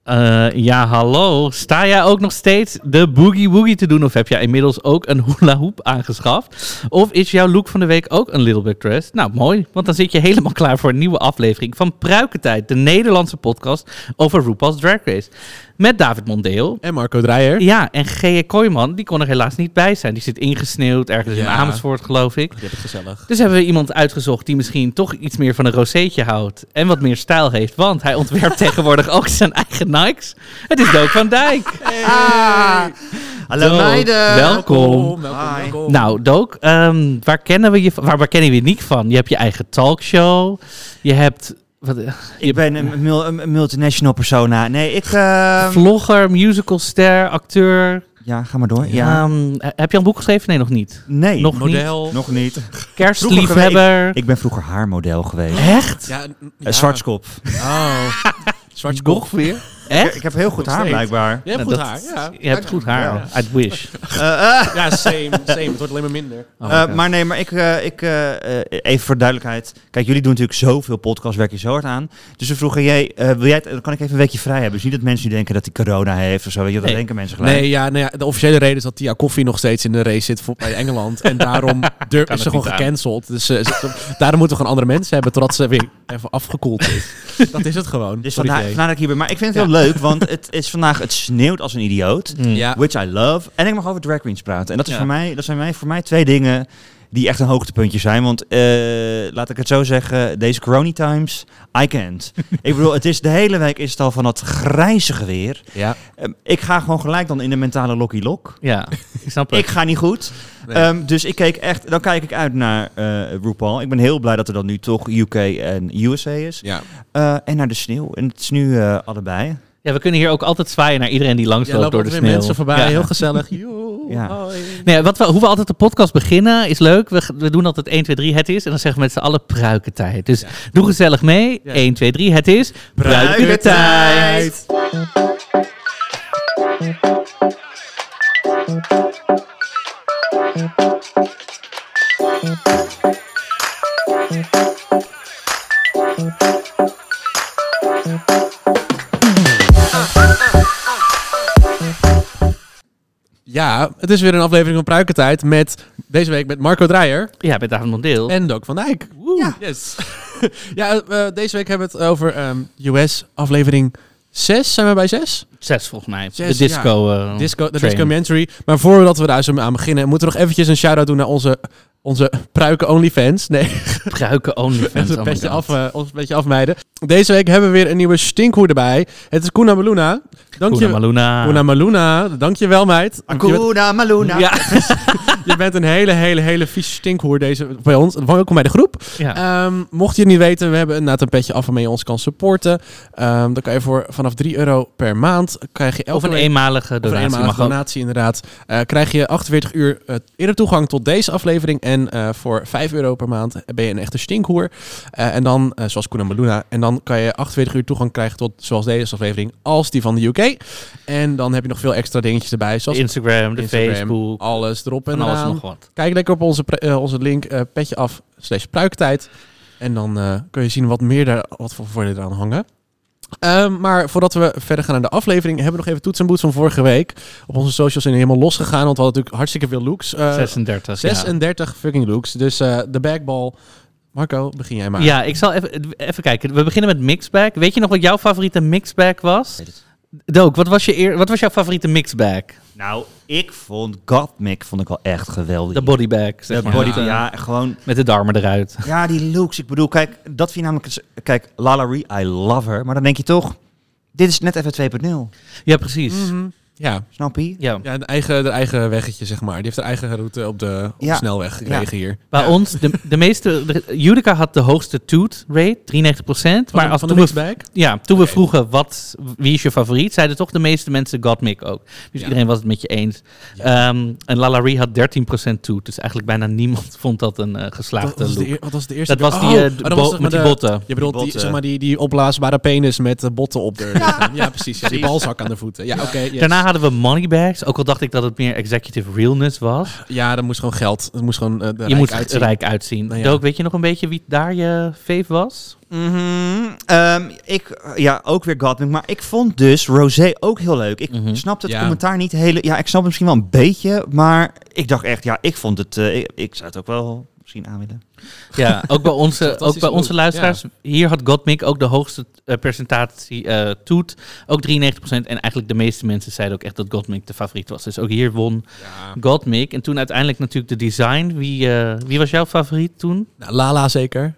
Ja, hallo. Sta jij ook nog steeds de boogie woogie te doen? Of heb jij inmiddels ook een hula hoop aangeschaft? Of is jouw look van de week ook een little bit dressed? Nou, mooi. Want dan zit je helemaal klaar voor een nieuwe aflevering van Pruikentijd. De Nederlandse podcast over RuPaul's Drag Race. Met David Mondeel. En Marco Dreyer. Ja, en G.J. Kooijman, die kon er helaas niet bij zijn. Die zit ingesneeuwd ergens in Amersfoort, geloof ik. Die heb ik gezellig. Dus hebben we iemand uitgezocht die misschien toch iets meer van een rozeetje houdt. En wat meer stijl heeft. Want hij ontwerpt tegenwoordig ook zijn eigen Nikes. Het is Dook van Dijk. Hey. Hallo meiden. Welkom. Welkom. Nou, Dook, waar kennen we je uniek van? Je hebt je eigen talkshow. Je hebt... Ik ben een multinational persona. Nee, ik... Vlogger, musicalster, acteur. Ja, ga maar door. Ja. Heb je al een boek geschreven? Nee, nog niet. Nee. Model. Nog niet. Kerstliefhebber. Ik ben vroeger haarmodel geweest. Echt? Ja. Zwartskop. Oh. Zwartskop. Nog weer? Echt? Ik heb heel goed haar, blijkbaar. Je hebt goed haar, ja. Je hebt goed haar. I wish. Ja, same. Het wordt alleen maar minder. Maar even voor duidelijkheid. Kijk, jullie doen natuurlijk zoveel podcasts, werk je zo hard aan. Dus we vroegen, dan kan ik even een weekje vrij hebben. Dus niet dat mensen nu denken dat hij corona heeft of zo. Weet je, dat denken mensen gelijk. Nee, de officiële reden is dat Tia Koffie nog steeds in de race zit bij Engeland. En daarom is ze gewoon gecanceld. Dus daarom moeten we gewoon andere mensen hebben totdat ze weer even afgekoeld is. Dat is het gewoon. Dus vandaar dat ik hier ben. Maar ik vind het heel leuk, want het sneeuwt als een idioot. Ja. Which I love. En ik mag over drag queens praten. En dat zijn voor mij twee dingen die echt een hoogtepuntje zijn. Want laat ik het zo zeggen, deze corona times, I can't. Ik bedoel, de hele week is het al van dat grijzige weer. Ja. Ik ga gewoon gelijk dan in de mentale lokkie-lok. Ja, ik snap het. Ik ga niet goed. Nee. Dus dan kijk ik uit naar RuPaul. Ik ben heel blij dat er dan nu toch UK en USA is. Ja. En naar de sneeuw. En het is nu allebei. Ja, we kunnen hier ook altijd zwaaien naar iedereen die langs loopt door de sneeuw. Mensen voorbij, ja. heel gezellig. Ja. Nee, hoe we altijd de podcast beginnen is leuk. We doen altijd 1, 2, 3, het is. En dan zeggen we met z'n allen Pruikentijd. Dus doe gezellig mee. Ja. 1, 2, 3, het is Pruikentijd. Ja, het is weer een aflevering van Pruikentijd met deze week met Marco Dreyer. Ja, met David Mondeel. En Dook van Dijk. Ja. Yes. Deze week hebben we het over US aflevering 6. Zijn we bij 6? 6 volgens mij. 6, de disco. De Discomentary. Maar voordat we daar zo aan beginnen, moeten we nog eventjes een shout-out doen naar onze pruiken OnlyFans. Nee. Pruiken OnlyFans. Ons een beetje afmijden. Deze week hebben we weer een nieuwe stinkhoer erbij. Het is Kuna Maluna. Kuna Maluna. Dank je wel, meid. Kuna Maluna. Ja. Je bent een hele vieze stinkhoer deze bij ons. Welkom bij de groep. Ja. Mocht je het niet weten, we hebben inderdaad een petje af waarmee je ons kan supporten. Dan kan je vanaf €3 per maand krijg je elke week eenmalige donatie. Of een eenmalige donatie, inderdaad. Krijg je 48 uur eerder toegang tot deze aflevering. En voor €5 per maand ben je een echte stinkhoer. En dan, zoals Kuna Maluna. En dan kan je 48 uur toegang krijgen tot zowel deze aflevering als die van de UK. En dan heb je nog veel extra dingetjes erbij. Zoals Instagram, Facebook. Alles erop en alles eraan. nog wat. Kijk lekker op onze link petje af /pruikentijd. En dan kun je zien wat voor voordelen eraan hangen. Maar voordat we verder gaan naar de aflevering, hebben we nog even Toets en Boets van vorige week. Op onze socials zijn helemaal losgegaan, want we hadden natuurlijk hartstikke veel looks. 36 fucking looks. Dus de bagball. Marco, begin jij maar. Ja, ik zal even kijken. We beginnen met mixbag. Weet je nog wat jouw favoriete mixbag was? Dook, wat was jouw favoriete mixbag? Nou, ik vond Gottmik wel echt geweldig. De bodybag, zeg maar. Ja, gewoon... Met de darmen eruit. Ja, die looks. Ik bedoel, kijk, dat vind je namelijk... Kijk, Lalaurie, I love her. Maar dan denk je toch, dit is net even 2.0. Ja, precies. Mm-hmm. Ja. Snap je? Ja, de eigen weggetje, zeg maar. Die heeft haar eigen route op de snelweg gekregen hier. Bij ons, de meeste... Judica had de hoogste toot rate, 93%. Maar van de mixbag? Toen we vroegen, wie is je favoriet? Zeiden toch de meeste mensen Gottmik ook. Dus iedereen was het met je eens. Ja. En Lalaurie had 13% toot. Dus eigenlijk bijna niemand vond dat een geslaagde look. Wat was de eerste? Dat was die die botten. Je bedoelt die opblaasbare penis met botten op de lichaam. Ja, precies. Ja, die balzak aan de voeten. Ja, oké. Daarna daarna hadden we Moneybags. Ook al dacht ik dat het meer executive realness was. Ja, dat moest gewoon geld. Dat moest gewoon Je moest uitzien. rijk uitzien. Nou ja. Dook, weet je nog een beetje wie daar je fave was? Ook weer Gottmik. Maar ik vond dus Rosé ook heel leuk. Ik snapte het commentaar niet hele... Ja, ik snap het misschien wel een beetje. Maar ik dacht echt, ik vond het... ik zou het ook wel misschien aan willen. Ja, ook bij onze luisteraars. Ja. Hier had Gottmik ook de hoogste percentatie toet. Ook 93%. En eigenlijk de meeste mensen zeiden ook echt dat Gottmik de favoriet was. Dus ook hier won Gottmik. En toen uiteindelijk natuurlijk de design. Wie was jouw favoriet toen? Nou, Lala zeker.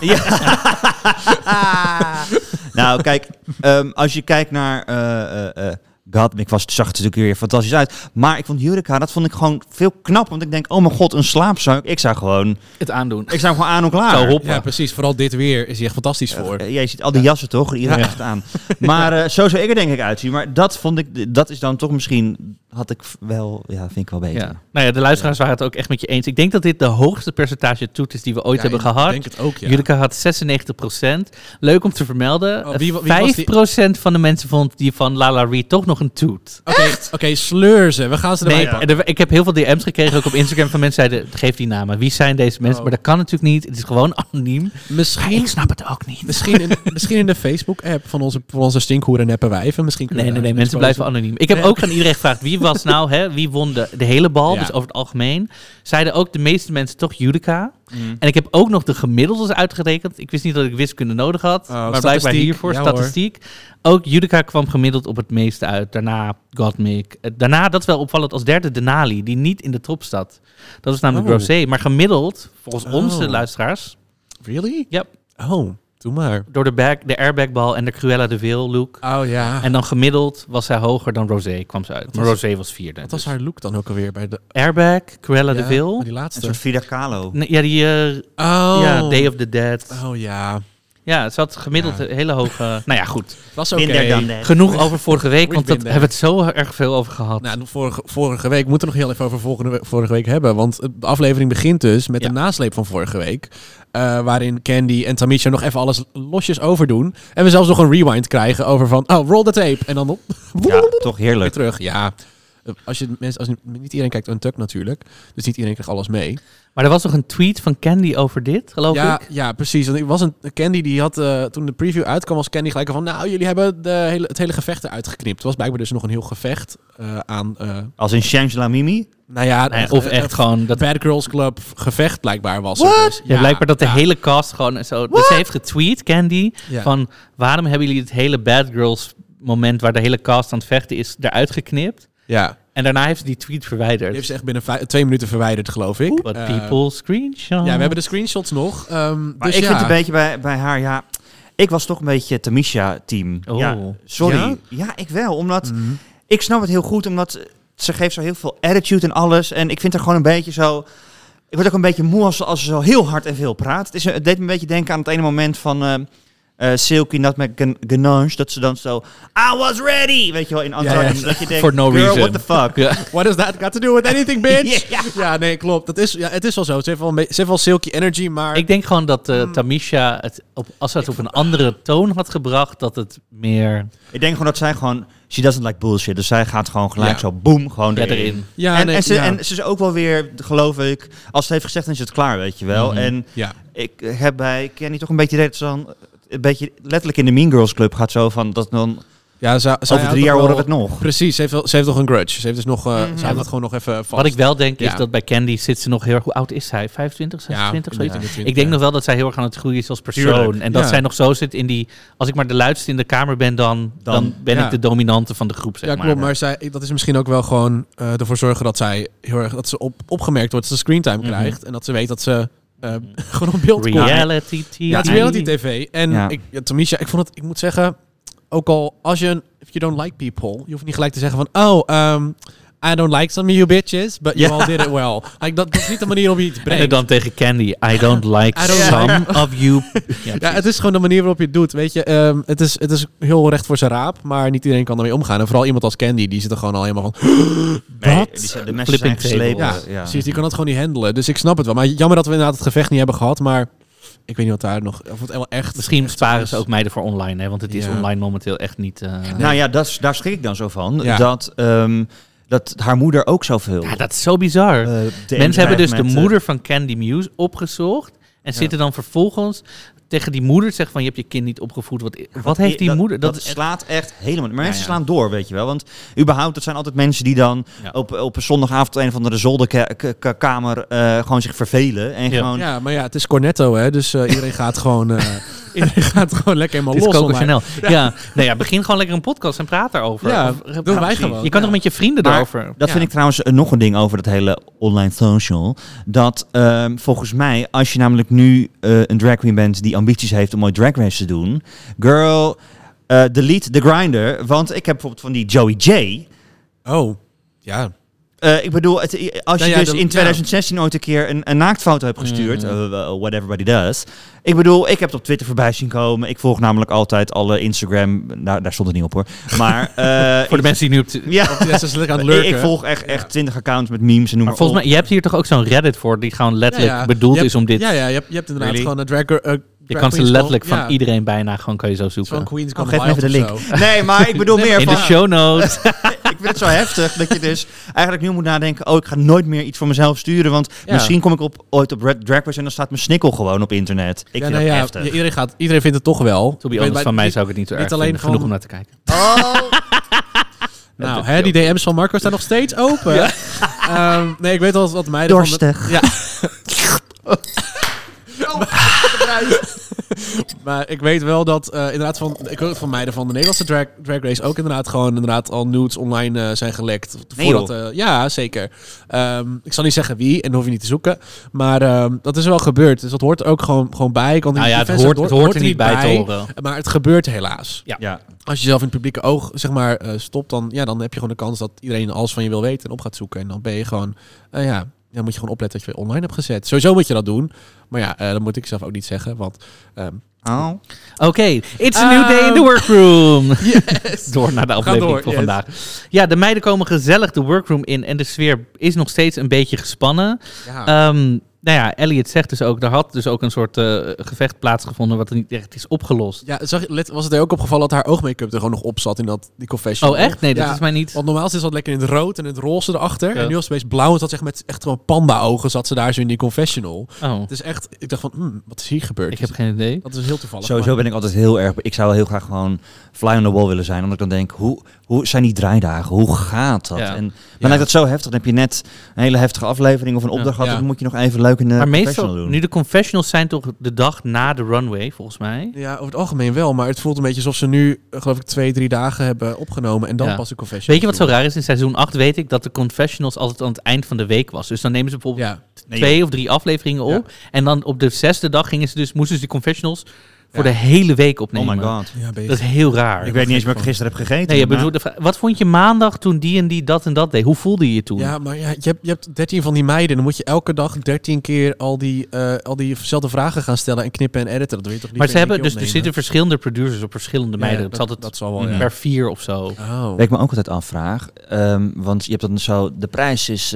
Nou, kijk, als je kijkt naar Gottmik zag het natuurlijk weer fantastisch uit. Maar ik vond Judica, dat vond ik gewoon veel knap. Want ik denk, oh mijn god, een slaapzak. Ik zou gewoon... het aandoen. Ik zou gewoon aan en klaar. Zo hoppen. Ja, precies. Vooral dit weer is hij echt fantastisch voor. Je ziet al die jassen toch? Iedereen echt aan. Maar zo zou ik er denk ik uitzien. Maar dat vond ik, dat is dan toch misschien... had ik wel, vind ik wel beter. Ja. Nou ja, de luisteraars waren het ook echt met je eens. Ik denk dat dit de hoogste percentage toet is die we ooit hebben gehad. Ik denk het ook, ja. Judica had 96%. Leuk om te vermelden. 5% van de mensen vond die van Lala Reed toch nog een toet. Oké, sleur ze. We gaan ze erbij ik heb heel veel DM's gekregen, ook op Instagram, van mensen die zeiden, geef die namen. Wie zijn deze mensen? Maar dat kan natuurlijk niet. Het is gewoon anoniem. Misschien, ik snap het ook niet. Misschien in de Facebook-app van onze stinkhoeren neppe wijven. Nee, mensen blijven anoniem. Ik heb ook aan iedereen gevraagd, wie was nou, wie won de hele bal, dus over het algemeen. Zeiden ook de meeste mensen toch Judica. En ik heb ook nog de gemiddeldes uitgerekend. Ik wist niet dat ik wiskunde nodig had, maar blijkbaar hiervoor, statistiek. Ook Judica kwam gemiddeld op het meeste uit. Daarna Gottmik. Daarna, dat is wel opvallend, als derde Denali, die niet in de top staat. Dat is namelijk Rosé. Maar gemiddeld, volgens onze luisteraars... Really? Ja. Oh, doe maar. Door de airbagbal en de Cruella de Vil look. Oh ja. En dan gemiddeld was zij hoger dan Rosé, kwam ze uit. Maar Rosé was vierde. Wat was haar look dan ook alweer bij de... Airbag, Cruella de Vil. Die laatste. Een soort Frida Kahlo. Ja, die... Day of the Dead. Oh ja. Ja, ze had gemiddeld een hele hoge... Nou ja, goed. Was oké. Genoeg over vorige week, want daar hebben we het zo erg veel over gehad. Nou, vorige week moeten we nog heel even over vorige week hebben. Want de aflevering begint dus met de nasleep van vorige week. Waarin Candy en Tamisha nog even alles losjes overdoen. En we zelfs nog een rewind krijgen over van... Oh, roll the tape. En dan op. Ja, toch heerlijk. Weer terug, ja. Niet iedereen kijkt Untucked natuurlijk. Dus niet iedereen krijgt alles mee. Maar er was nog een tweet van Candy over dit, geloof ik? Ja, precies. Want Candy die had, toen de preview uitkwam, was Candy gelijk van... Nou, jullie hebben het hele gevecht eruit geknipt. Het was blijkbaar dus nog een heel gevecht aan... Als in Shangela Mimi? Nou ja, of echt gewoon... dat Bad Girls Club gevecht blijkbaar was. Dus. Ja, blijkbaar dat de hele cast gewoon zo... Dus ze heeft getweet, Candy, van... Waarom hebben jullie het hele Bad Girls moment waar de hele cast aan het vechten is, eruit geknipt? Ja. En daarna heeft ze die tweet verwijderd. Die heeft ze echt binnen 2 minuten verwijderd, geloof ik. But people screenshot. Ja, we hebben de screenshots nog. Maar dus ik vind het een beetje bij haar, ik was toch een beetje Tamisha-team. Oh. Ja, sorry. Ja, ik wel. Omdat, ik snap het heel goed, omdat ze geeft zo heel veel attitude en alles. En ik vind haar gewoon een beetje zo... Ik word ook een beetje moe als ze zo heel hard en veel praat. Het deed me een beetje denken aan het ene moment van... Silky Nut met Ganache, dat ze dan zo... I was ready! Weet je wel, in Antarctica. Dat je denkt, for no girl, reason. what the fuck? Yeah. What does that got to do with anything, bitch? Ja, nee, klopt. Het is wel zo. Ze heeft wel Silky energy, maar... Ik denk gewoon dat Tamisha, als ze het op een andere toon had gebracht, dat het meer... Ik denk gewoon dat zij gewoon... She doesn't like bullshit. Dus zij gaat gewoon gelijk zo boom, gewoon erin. Ja, en ze is ook wel weer, geloof ik... Als ze het heeft gezegd, dan is het klaar, weet je wel. En ik heb bij Kenny toch een beetje de dan... Een beetje letterlijk in de Mean Girls Club gaat zo van dat dan... Ja, over 3 jaar horen we het nog. Precies, ze heeft nog een grudge. Ze heeft dus nog, ze houdt het gewoon nog even vast. Wat ik wel denk is dat bij Candy zit ze nog heel erg... Hoe oud is zij? 25, 26? Zoiets? Ik denk nog wel dat zij heel erg aan het groeien is als persoon. Tuurlijk. En dat zij nog zo zit in die... Als ik maar de luidste in de kamer ben, dan ben ik de dominante van de groep, zeg maar. Ja, klopt. Maar dat is misschien ook wel gewoon ervoor zorgen dat zij heel erg... Dat ze opgemerkt wordt, dat ze screentime krijgt. En dat ze weet dat ze... gewoon op beeld komt. Reality TV. Ja, het is reality TV. En Tamisha, ik moet zeggen... Ook al als je if you don't like people, je hoeft niet gelijk te zeggen van I don't like some of you bitches, but you all did it well. Like, dat is niet de manier om je iets brengt. En dan tegen Candy, I don't like some of you. Ja, het is gewoon de manier waarop je het doet. Weet je, het is heel recht voor zijn raap, maar niet iedereen kan ermee omgaan. En vooral iemand als Candy, die zit er gewoon al helemaal van... Wat? De mensen zijn geslepen. Ja, precies. Die kan het gewoon niet handelen. Dus ik snap het wel. Maar jammer dat we inderdaad het gevecht niet hebben gehad, maar... ik weet niet wat daar nog... Of het wel echt... Misschien echt sparen is. ze ook meiden voor online, hè? Want het is Ja. online momenteel echt niet... Nou ja, daar schrik ik dan zo van. Ja. Dat haar moeder ook zoveel... Ja, dat is zo bizar. Mensen hebben dus de moeder van Candy Muse opgezocht. En zitten dan vervolgens tegen die moeder zeggen van... je hebt je kind niet opgevoed. Wat heeft die moeder... Dat slaat echt helemaal... Maar mensen slaan door, weet je wel. Want überhaupt, dat zijn altijd mensen die dan... op een zondagavond een of andere zolderkamer gewoon zich vervelen. En gewoon... Ja, maar ja, het is Cornetto, hè. Dus iedereen gaat gewoon... iedereen gaat gewoon lekker helemaal Het is los. Coco Chanel. Ja. Nou ja, begin gewoon lekker een podcast en praat daarover. Ja, Of, doen wij gewoon. Je kan nog met je vrienden Maar erover. Dat vind ik trouwens nog een ding over dat hele online social. Dat volgens mij, als je namelijk nu een drag queen bent die ambities heeft om ooit Drag Race te doen. Girl, delete the grinder. Want ik heb bijvoorbeeld van die Joey J. Oh, ja. Ik bedoel, als je dus in 2016 ooit een keer een naaktfoto hebt gestuurd, what everybody does. Ik bedoel, ik heb het op Twitter voorbij zien komen. Ik volg namelijk altijd alle Instagram, daar stond het niet op hoor. Maar voor de mensen die nu aan het lurken. Ik volg echt 20 accounts met memes en noem maar volgens mij, je hebt hier toch ook zo'n Reddit voor die gewoon letterlijk bedoeld is om dit... Ja, je hebt inderdaad gewoon een drag je kan ze letterlijk van iedereen bijna gewoon kan je zo zoeken. Van Queens geef me even de link. Nee, maar ik bedoel meer in van... de show notes. Ik vind het zo heftig dat je dus eigenlijk nu moet nadenken... ik ga nooit meer iets voor mezelf sturen... want misschien kom ik ooit op Drag Race... en dan staat mijn snikkel gewoon op internet. Ik vind dat heftig. Iedereen vindt het toch wel. To be honest, van mij zou ik het niet zo erg vinden. Genoeg om naar te kijken. Oh. Nou, die DM's van Marco staan nog steeds open. Nee, ik weet wel wat meiden... Dorstig. Ja. Maar ik weet wel dat inderdaad ik hoor het van meiden van de Nederlandse drag race ook inderdaad al nudes online zijn gelekt. Ja, zeker. Ik zal niet zeggen wie en dan hoef je niet te zoeken. Maar dat is wel gebeurd. Dus dat hoort er ook gewoon bij. Het hoort er niet bij te horen. Maar het gebeurt helaas. Ja. Als je zelf in het publieke oog zeg maar stopt, dan heb je gewoon de kans dat iedereen alles van je wil weten en op gaat zoeken. En dan ben je gewoon, dan moet je gewoon opletten dat je online hebt gezet. Sowieso moet je dat doen. Maar ja, dat moet ik zelf ook niet zeggen, want... Oké, it's a new day in the workroom. Yes. Door naar de aflevering van vandaag. Ja, de meiden komen gezellig de workroom in en de sfeer is nog steeds een beetje gespannen. Ja. Nou ja, Elliot zegt dus ook, er had dus ook een soort gevecht plaatsgevonden wat er niet echt is opgelost. Ja, was het er ook opgevallen dat haar oogmake-up er gewoon nog op zat in die confessional? Oh echt? Nee, dat is mij niet. Want normaal zit dat lekker in het rood en het roze erachter. Ja. En nu was het opeens blauw en zat ze met echt gewoon panda-ogen zat ze daar zo in die confessional. Oh. Het is echt, ik dacht van, wat is hier gebeurd? Ik heb geen idee. Dat is heel toevallig. Sowieso ben ik altijd heel erg, ik zou heel graag gewoon fly on the wall willen zijn. Omdat ik dan denk, hoe zijn die draaidagen? Hoe gaat dat? Ja. En dan lijkt dat zo heftig. Dan heb je net een hele heftige aflevering of een opdracht gehad. Dan moet je nog even leuk in de confessional doen. Nu de confessionals zijn toch de dag na de runway, volgens mij? Ja, over het algemeen wel. Maar het voelt een beetje alsof ze nu, geloof ik, 2-3 dagen hebben opgenomen. En dan pas de confessionals. Weet je wat zo raar is? In seizoen 8 weet ik dat de confessionals altijd aan het eind van de week was. Dus dan nemen ze bijvoorbeeld 2 of 3 afleveringen op. Ja. En dan op de 6e dag moesten ze die confessionals voor de hele week opnemen. Oh my god. Ja, dat is heel raar. Ik weet niet eens wat ik gisteren heb gegeten. Nee, wat vond je maandag toen die en die dat en dat deed? Hoe voelde je je toen? Ja, maar je hebt 13 van die meiden. Dan moet je elke dag 13 keer al diezelfde vragen gaan stellen en knippen en editen. Dat doe je toch niet. Maar ze hebben dus er zitten verschillende producers op verschillende meiden. Dat zal wel, per 4 of zo. Oh. Wat ik me ook altijd afvraag, want je hebt dan zo, de prijs is $100,000.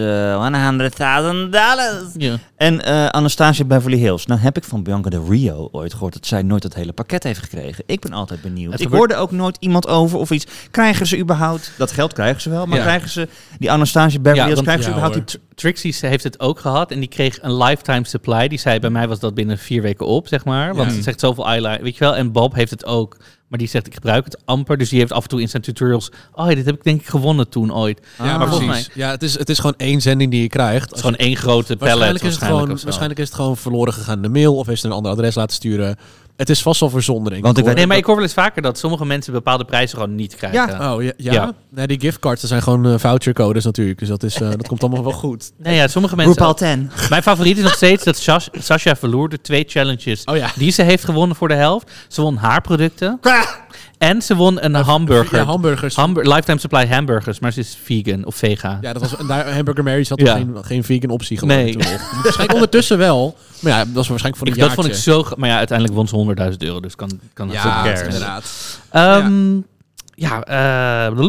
Ja. En Anastasia Beverly Hills. Nou heb ik van Bianca Del Rio ooit gehoord dat zij nooit het hele pakket heeft gekregen. Ik ben altijd benieuwd. Ik hoorde ook nooit iemand over of iets. Krijgen ze überhaupt, dat geld krijgen ze wel, maar krijgen ze die Anastasia Beverly Hills, krijgen ze überhaupt die... Trixie heeft het ook gehad en die kreeg een lifetime supply. Die zei, bij mij was dat binnen 4 weken op, zeg maar. Want ze zegt zoveel eyeliner, weet je wel. En Bob heeft het ook. Maar die zegt, ik gebruik het amper. Dus die heeft af en toe in zijn tutorials... dit heb ik denk ik gewonnen toen ooit. Ja, maar volgens mij... Ja, het is gewoon 1 zending die je krijgt. Het is gewoon 1 grote pallet waarschijnlijk is het gewoon verloren gegaan in de mail. Of heeft ze een ander adres laten sturen. Het is vast wel verzondering. Maar ik hoor wel eens vaker dat sommige mensen bepaalde prijzen gewoon niet krijgen. Ja. Oh, ja? Nee, die giftcards zijn gewoon vouchercodes natuurlijk. Dus dat komt allemaal wel goed. Nee, sommige mensen... RuPaul 10. Mijn favoriet is nog steeds dat Sasha Velour de 2 challenges die ze heeft gewonnen voor de helft. Ze won haar producten. En ze won een hamburger. Ja, hamburgers. Lifetime supply hamburgers, maar ze is vegan of vega. Ja, dat was daar Hamburger Mary had geen vegan optie geloof ik. Nee. Waarschijnlijk ondertussen wel. Maar ja, dat was waarschijnlijk voor een jaartje. Dat vond ik zo... Maar ja, uiteindelijk won ze €100.000, dus kan ja, inderdaad.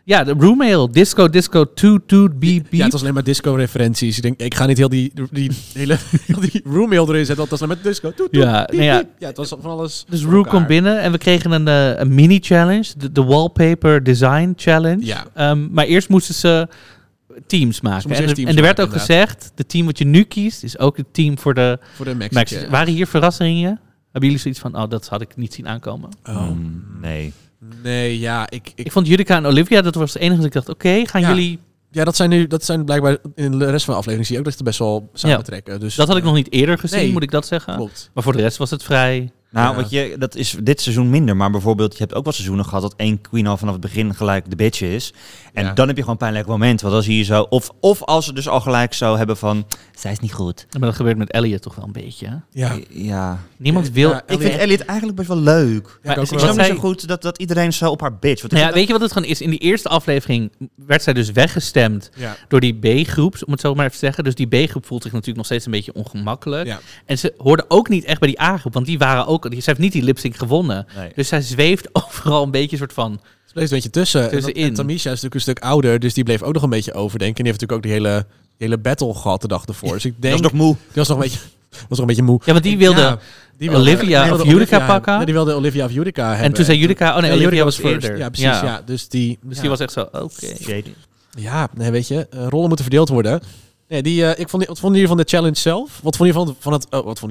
Ja, de Roommail. Disco, toot, toot, beep, beep. Ja, het was alleen maar disco-referenties. Ik denk, ik ga niet heel die hele heel die Roommail erin zetten, want dat is alleen met disco. Toet, toet, Ja, piep, nou ja. piep. Ja, het was van alles. Dus voor Rue elkaar. komt binnen en we kregen een mini-challenge. De Wallpaper Design Challenge. Ja. Maar eerst moesten ze teams maken. moesten eerst teams En er werd maken, ook gezegd, de team wat je nu kiest, is ook het team voor de Voor de Maxi. Maxi. Waren hier verrassingen? Hebben jullie zoiets van, dat had ik niet zien aankomen? Nee. Nee, ja, Ik vond Judica en Olivia, dat was het enige dat ik dacht, oké, gaan Ja. jullie... Ja, dat zijn blijkbaar in de rest van de aflevering zie je ook dat ze best wel samentrekken. Dus, Dat had ik nog niet eerder gezien, Nee. moet ik dat zeggen. Klopt. Maar voor de rest was het vrij... Nou, Ja. dat is dit seizoen minder. Maar bijvoorbeeld, je hebt ook wel seizoenen gehad dat één queen al vanaf het begin gelijk de bitch is. En Ja. dan heb je gewoon een pijnlijk moment. Want dan zie je zo... Of als ze dus al gelijk zo hebben van... Zij is niet goed. Maar dat gebeurt met Elliot toch wel een beetje. Hè? Ja. Ja. Niemand wil... Ja, Ik vind Elliot eigenlijk best wel leuk. Ja, Maar ik ook is- Ik wel. snap Wat niet zo zij- goed dat iedereen zo op haar bitch. Want ik Nou ja, vind weet je wat het gewoon is? In die eerste aflevering werd zij dus weggestemd Ja. door die B-groep, om het zo maar even te zeggen. Dus die B-groep voelt zich natuurlijk nog steeds een beetje ongemakkelijk. Ja. En ze hoorde ook niet echt bij die A-groep, want die waren ook... Ze heeft niet die lip-sync gewonnen. Nee. Dus zij zweeft overal een beetje soort van... Ze bleef een beetje tussen. Tussenin. En Tamisha is natuurlijk een stuk ouder, dus die bleef ook nog een beetje overdenken. En die heeft natuurlijk ook die hele battle gehad de dag ervoor. Dus ik Dat denk... is nog moe. Die was nog een beetje moe. Ja, want die wilde... Ja, die Olivia die of wilde Judica Olivia pakken. hebben. Nee, die wilde Olivia of Judica hebben. En toen zei Judica... Oh nee, Ja, Olivia was first. eerder. Ja, precies. Ja. Dus die... Dus ja. die was echt zo, oké. Shady. Ja, nee, weet je, rollen moeten verdeeld worden. Nee, wat vonden jullie van de challenge zelf? Wat vond je van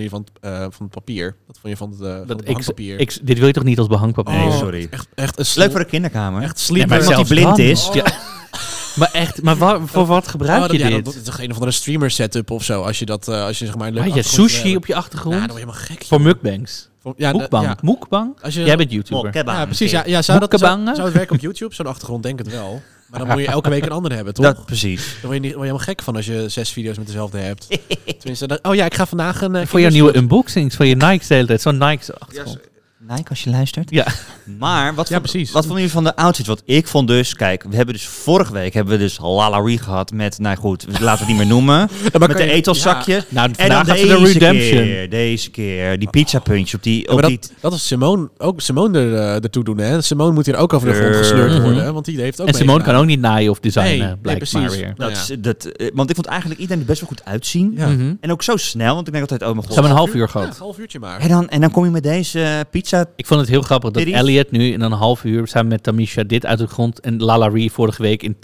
het papier? Wat vond je van het behangpapier? Dit wil je toch niet als behangpapier? Nee, Oh, sorry. Echt een Leuk voor de kinderkamer. Echt Ja, sleeper. maar iemand die zelfs blind dan. is. Ja. Maar echt, voor wat gebruik je dit? Dat is toch een of andere streamer setup of zo. Als je zeg maar een leuk Had je achtergrond sushi hebt. op je achtergrond? Ja, dan word je helemaal gek. Voor joh. mukbangs. Ja, Moekbang. ja. Moekbang? Als je, Jij bent YouTuber. ja, precies. Ja, zou Moekkebangen? het werken op YouTube? Zo'n achtergrond, denk het wel. Maar dan moet je elke week een andere hebben, toch? Dat, precies. Dan word je helemaal gek van als je 6 video's met dezelfde hebt. Tenminste, ik ga vandaag een... Voor jouw nieuwe unboxings van je Nike's de hele tijd. Zo'n Nike's achtergrond. Nike, als je luistert. Ja. Maar precies. wat vonden jullie van de outfit? Want ik vond dus, kijk, we hebben dus vorige week Lalaurie gehad met, nou goed, laten we het niet meer noemen. Met de etelszakje. Nou, En vandaag dan gaat ze de Redemption. deze keer, die pizzapuntjes op die... Maar op die dat is Simone ertoe doen, hè? Simone moet hier ook over de grond gesleurd worden, want die heeft ook En Simone meegedaan. kan ook niet naaien of designen, Nee, blijkt maar precies. weer. Nou want ik vond eigenlijk iedereen er best wel goed uitzien. Ja. Mhm. En ook zo snel, want ik denk altijd, oh mijn Ze god. hebben een half uur Ja, gehad. een half uurtje maar. En dan kom je met deze pizza. Ik vond het heel grappig dat Titties. Elliot nu in een half uur samen met Tamisha dit uit de grond en Lalaurie vorige week in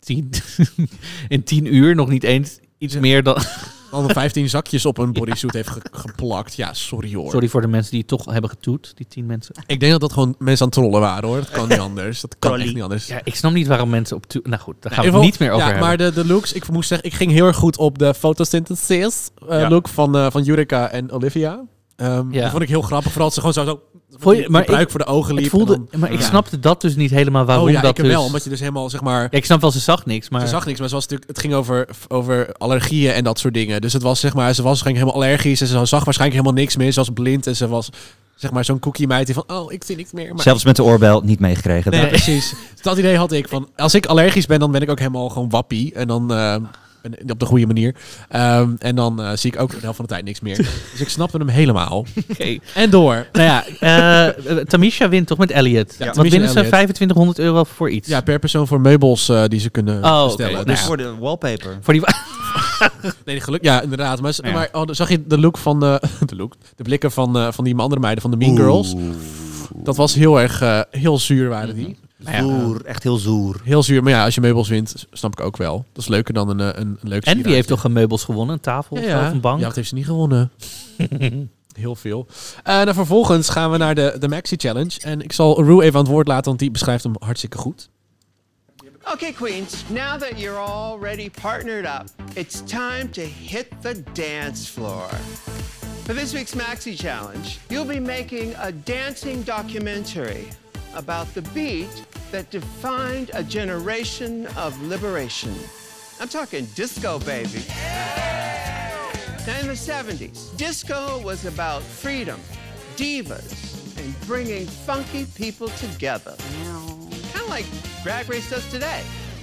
10 uur, nog niet eens iets meer dan... Al 15 zakjes op een bodysuit heeft geplakt. Ja, sorry hoor. Sorry voor de mensen die het toch hebben getoet, die 10 mensen. Ik denk dat dat gewoon mensen aan het trollen waren, hoor. Dat kan niet anders. Dat kan Trolly. echt niet anders. Ja, ik snap niet waarom mensen op... Nou goed, daar gaan In we ieder het niet meer over ja, hebben. maar de looks, ik moest zeggen, ik ging heel erg goed op de photosynthesis look van Judica en Olivia. Ja. Die vond ik heel grappig. Vooral dat ze gewoon zo Vond je- die maar pruik ik- voor de ogen liep. Het voelde, en dan- maar ik Ja. snapte dat dus niet helemaal waarom Oh ja, dat ik dus... wel. Omdat je dus helemaal, zeg maar... Ja, ik snap wel, ze zag niks, maar... Ze zag niks, maar het ging over allergieën en dat soort dingen. Dus het was, zeg maar, ze was waarschijnlijk helemaal allergisch en ze zag waarschijnlijk helemaal niks meer. Ze was blind en ze was, zeg maar, zo'n cookie meid die van, oh, ik zie niks meer. Maar Zelfs met de oorbel niet meegekregen. nee, Dat- precies. Dus dat idee had ik van, als ik allergisch ben, dan ben ik ook helemaal gewoon wappie. En dan op de goede manier. En dan zie ik ook de helft van de tijd niks meer. Dus ik snapte hem helemaal. Oké. En door. Nou ja, Tamisha wint toch met Elliot? Ja, Wat Tamisha winnen en ze? Elliot. €2500 voor iets. Ja, per persoon voor meubels die ze kunnen Oh, bestellen. oké. Dus, Nou voor de wallpaper. Voor die... nee, geluk. Ja, inderdaad. Maar, Ja. maar zag je de look van de blikken van die andere meiden van de Mean Girls? Dat was heel erg heel zuur waren die. Zoer, echt heel zoer. Heel zuur. Maar ja, als je meubels wint, snap ik ook wel. Dat is leuker dan een leuk En wie heeft toch een meubels gewonnen? Een tafel of zo, of een bank? Ja, dat heeft ze niet gewonnen. Heel veel. En vervolgens gaan we naar de Maxi Challenge. En ik zal Rue even aan het woord laten, want die beschrijft hem hartstikke goed. Okay, Queens, now that you're already partnered up, it's time to hit the dance floor. For this week's Maxi Challenge, you'll be making a dancing documentary about the beat that defined a generation of liberation. I'm talking disco, baby. Now, in the 70s, disco was about freedom, divas, and bringing funky people together. Kind of like Drag Race does today.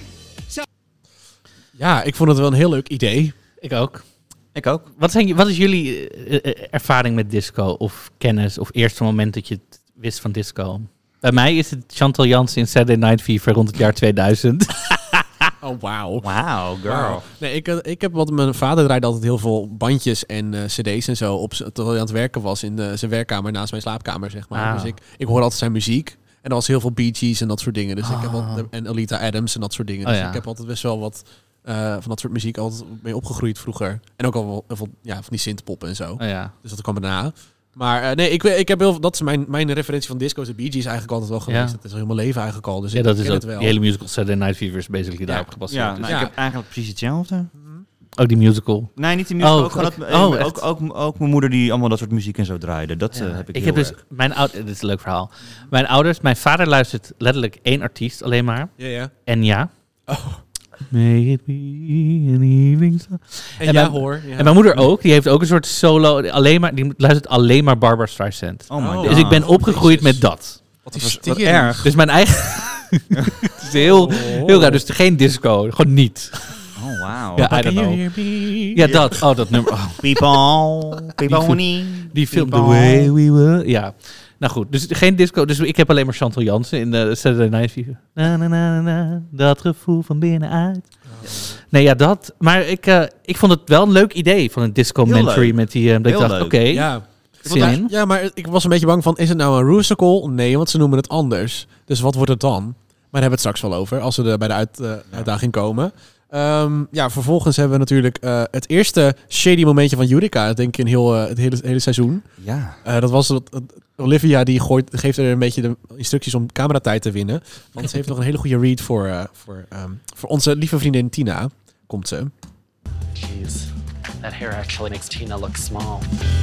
Ja, ik vond het wel een heel leuk idee. Ik ook. Ik ook. Wat is jullie ervaring met disco? Of kennis? Of eerste moment dat je het wist van disco? Bij mij is het Chantal Jansen in Saturday Night Fever rond het jaar 2000. Oh, wauw. Wow, girl. Wow. Nee, ik heb wat mijn vader draaide altijd heel veel bandjes en cd's en zo terwijl hij aan het werken was in zijn werkkamer naast mijn slaapkamer, zeg maar. Ah. Dus ik hoor altijd zijn muziek. En er was heel veel Bee Gees en dat soort dingen. Dus ik heb en Alita Adams en dat soort dingen. Dus ik heb altijd best wel wat van dat soort muziek altijd mee opgegroeid vroeger. En ook al wel heel veel van die synthpop en zo. Oh, ja. Dus dat kwam erna. Maar nee, ik heb heel, dat is mijn referentie van disco. De Bee Gees eigenlijk altijd wel geweest. Ja. Dat is al heel mijn leven eigenlijk al. Dus Ja, ik dat is ken ook het wel. die hele musical Saturday Night Fever is basically daarop gebaseerd. Ja, Dus- nou, ik heb eigenlijk precies hetzelfde. Ook die musical. Nee, niet die musical. Oh, ook, gewoon ook- dat, echt? ook mijn moeder die allemaal dat soort muziek en zo draaide. Dat Ja. heb ik Ik heel heb dus erg. dit is een leuk verhaal. Mijn vader luistert letterlijk 1 artiest alleen maar. Ja. En ja. Oh. May it be an evening star. En En ja mijn- hoor. Ja. En mijn moeder ook. Die heeft ook een soort solo. Die luistert alleen maar Barbara Streisand. Oh my Oh. god. Dus ik ben opgegroeid Jezus. met dat. Wat Wat erg. Dus mijn eigen... Het is heel raar. Dus geen disco. Gewoon niet. Oh, wauw. Ja, I don't know. Ja, dat. Oh, dat nummer. Oh, People. die film The Way We Were. Ja. Nou goed, dus geen disco. Dus ik heb alleen maar Chantal Jansen in de Saturday Night Fever. Na, na, na, na, dat gevoel van binnenuit. Nee, ja, dat. Maar ik vond het wel een leuk idee van een disco-mentary leuk. met die... dat ik Heel dacht, leuk. oké, Ja. zin in. Ja, maar ik was een beetje bang van, is het nou een rusical? Nee, want ze noemen het anders. Dus wat wordt het dan? Maar daar hebben we het straks wel over, als we er bij de uitdaging komen. Vervolgens hebben we natuurlijk het eerste shady momentje van Eureka, denk ik, in heel, het hele seizoen. Ja. Dat was Olivia, die geeft er een beetje de instructies om cameratijd te winnen. Want ze heeft nog een hele goede read voor onze lieve vriendin Tina. Komt ze. Jeez, that hair actually makes Tina look small.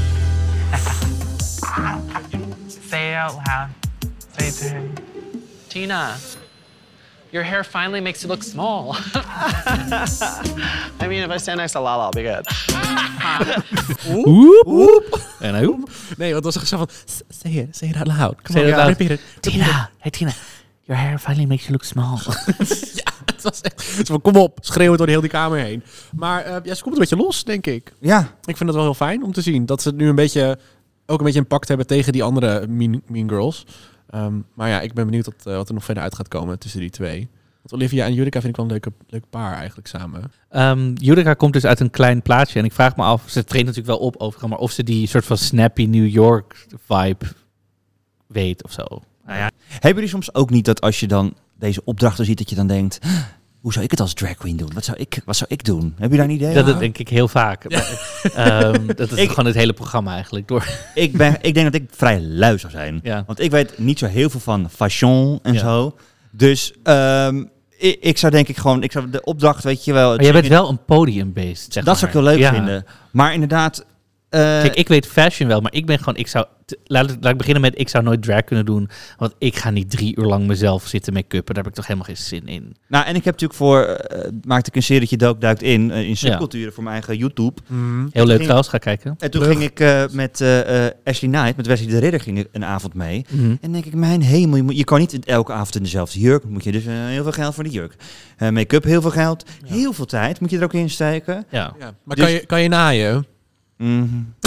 Say it out loud. Say it to him. Tina, your hair finally makes you look small. I mean, if I stand next to Lala, I'll be good. Woep, woep. En hoe? Nee, want was er gezegd van, say it out loud. Come Say on, it out loud. repeat it. Tina, hey Tina. Your hair finally makes you look small. Het was echt, zo van, kom op, schreeuwen door de hele die kamer heen. Maar ze komt een beetje los, denk ik. Ja. Ik vind het wel heel fijn om te zien. Dat ze het nu ook een beetje een pact hebben tegen die andere Mean Girls. Maar ja, ik ben benieuwd wat er nog verder uit gaat komen tussen die twee. Want Olivia en Eureka vind ik wel een leuk paar eigenlijk samen. Eureka komt dus uit een klein plaatsje. En ik vraag me af, ze treedt natuurlijk wel op overal, maar of ze die soort van snappy New York vibe weet of zo. Nou ja. Hebben jullie soms ook niet dat als je dan deze opdrachten ziet, dat je dan denkt, hoe zou ik het als drag queen doen? Wat zou ik doen? Heb je daar een idee? Dat denk ik heel vaak. Ja. Dat is gewoon het hele programma eigenlijk. Ik denk dat ik vrij lui zou zijn. Ja. Want ik weet niet zo heel veel van fashion en Ja. zo. Dus ik zou denk ik gewoon, de opdracht, weet je wel. Maar jij bent wel een podium-based, zeg dat zou ik heel leuk Ja. vinden. Maar inderdaad... Kijk, ik weet fashion wel, maar ik ben gewoon... Laat ik beginnen met, ik zou nooit drag kunnen doen. Want ik ga niet 3 uur lang mezelf zitten make-uppen. Daar heb ik toch helemaal geen zin in. Nou, en ik heb natuurlijk maakte ik een serietje duikt in subculturen voor mijn eigen YouTube. Heel leuk ging- trouwens, ga kijken. En toen ging ik met Ashley Knight, met Wesley de Ridder, ging ik een avond mee. Mhm. En denk ik, mijn hemel, je kan niet elke avond in dezelfde jurk. Moet je dus heel veel geld voor die jurk. Make-up, heel veel geld. Heel veel tijd moet je er ook in steken. Ja. Ja. Maar Dus- kan je naaien? Mhm.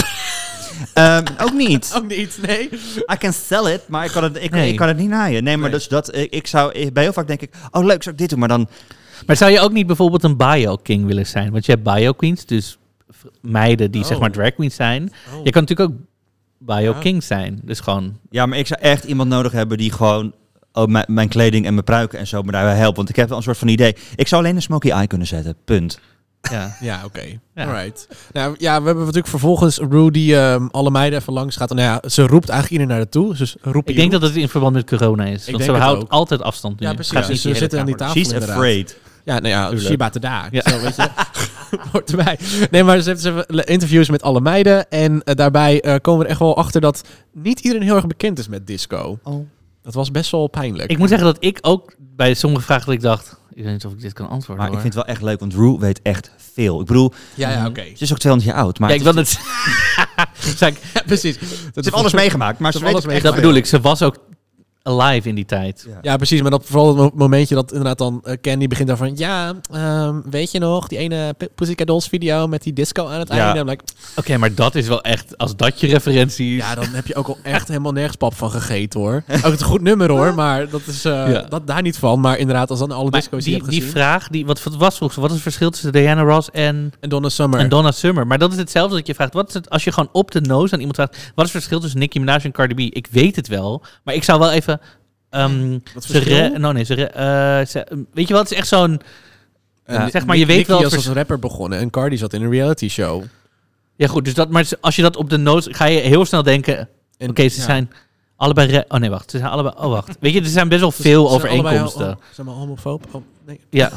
Ook niet. Ook niet, nee. I can sell it, maar Nee. ik kan het niet naaien. Nee, maar Nee. dus dat, bij heel vaak denk ik, oh leuk, zou ik dit doen? Maar dan, Maar zou je ook niet bijvoorbeeld een bio-king willen zijn? Want je hebt bio-queens, dus meiden die zeg maar drag queens zijn. Oh. Je kan natuurlijk ook bio-king zijn. Dus gewoon... ja, maar ik zou echt iemand nodig hebben die gewoon mijn kleding en mijn pruiken en zo me daarbij helpt. Want ik heb wel een soort van idee. Ik zou alleen een smoky eye kunnen zetten, punt. Ja. Ja, oké. Ja. Alright. Nou ja, we hebben natuurlijk vervolgens Rue die alle meiden even langs gaat. En nou ja, ze roept eigenlijk iedereen naar naartoe. Dus Ik denk dat het in verband met corona is. Ik Want denk ze het houdt ook. altijd afstand nu. Ja, precies. Gaat Ja, niet ze die hele zitten aan die kamer. tafel. She's inderdaad. afraid. Ja, nou ja, Tuurlijk. Shiba te daar. Ja. Zo, weet je. Hoort erbij. Nee, maar ze heeft interviews met alle meiden. En daarbij komen we er echt wel achter dat niet iedereen heel erg bekend is met disco. Oh. Dat was best wel pijnlijk. Ik moet zeggen dat ik ook bij sommige vragen dat ik dacht... Ik weet niet of ik dit kan antwoorden. Maar ik hoor. vind het wel echt leuk, want Rue weet echt veel. Ik bedoel, Ja, oké. ze is ook 200 jaar oud. Maar Ja, ik het wil is- het... Zeg ik- Ja, precies. ze heeft alles meegemaakt, maar ze Ze weet heeft ook alles echt dat bedoel ik. Ze was ook alive in die tijd. Ja, precies. Maar dat vooral het momentje dat inderdaad dan Candy begint dan van... Ja, weet je nog, die ene Pussycat Dolls video met die disco aan het einde? I'm like, Oké, maar dat is wel echt... Als dat je referentie is... ja, dan heb je ook al echt helemaal nergens pap van gegeten, hoor. Ook het een goed nummer, hoor. Maar dat is dat daar niet van. Maar inderdaad, als dan alle Maar disco's die je hebt die gezien... vraag, wat was volgens wat is het verschil tussen Diana Ross en En Donna Summer. Maar dat is hetzelfde dat je vraagt, wat is het als je gewoon op de nose aan iemand vraagt, wat is het verschil tussen Nicki Minaj en Cardi B? Ik weet het wel, maar ik zou wel even... Wat verschil? weet je wat, het is echt zo'n... zeg maar, je weet Nicki wel... was als rapper begonnen en Cardi zat in een reality show. Ja goed, dus maar als je dat op de nose... Ga je heel snel denken... Oké, ze zijn allebei... oh nee, wacht. Ze zijn allebei... Oh, wacht. Weet je, er zijn best wel veel overeenkomsten. Zijn we homofoob? Oh, nee.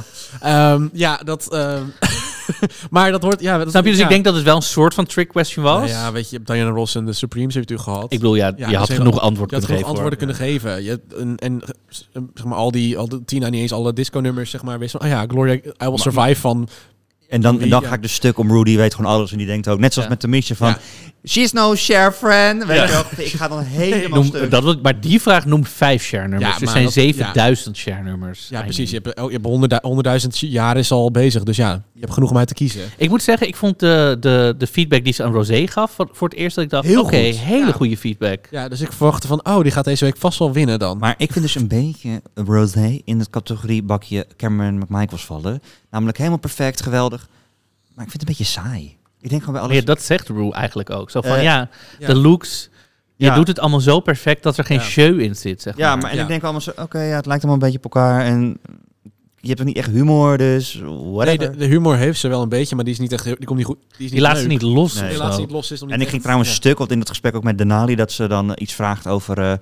Ja. maar dat hoort... Ja, Snap je? Dus ik denk dat het wel een soort van trick question was. Nou ja, weet je, Diana Ross en de Supremes heeft u gehad. Ik bedoel, je had genoeg antwoord kunnen geven. Antwoorden kunnen geven. Zeg maar, al die Tina niet eens alle disco-nummers, zeg maar, wist van, Gloria, I Will Survive van... En dan ga ik dus stuk om Rudy, weet gewoon alles. En die denkt ook, net zoals met de Misha van... She's no share friend. Weet je wel, ik ga dan helemaal stuk. Maar die vraag noemt 5 share-nummers. Ja, er maar zijn dat- 7000 share-nummers. Ja, precies. Je hebt 100.000 jaar is al bezig. Dus ja, je hebt genoeg om uit te kiezen. Ik moet zeggen, ik vond de feedback die ze aan Rosé gaf voor het eerst dat ik dacht, Heel oké, goed. hele goede feedback. Ja, dus ik verwachtte van, die gaat deze week vast wel winnen dan. Maar ik vind dus een beetje Rosé in het categoriebakje Cameron McMichaels vallen. Namelijk helemaal perfect, geweldig. Maar ik vind het een beetje saai. Ik denk gewoon bij alles... Ja, dat zegt Rue eigenlijk ook. Zo van, de looks... Je doet het allemaal zo perfect dat er geen show in zit, zeg maar. Ja, maar en ik denk allemaal zo... Oké, het lijkt allemaal een beetje op elkaar. En je hebt ook niet echt humor, dus whatever. Nee, de humor heeft ze wel een beetje, maar die is niet echt... Die komt niet goed. Die laat ze niet los. Nee. of Die zo. laat ze niet los. Is nog niet En ik ging echt- trouwens stuk, want in het gesprek ook met Denali, dat ze dan iets vraagt over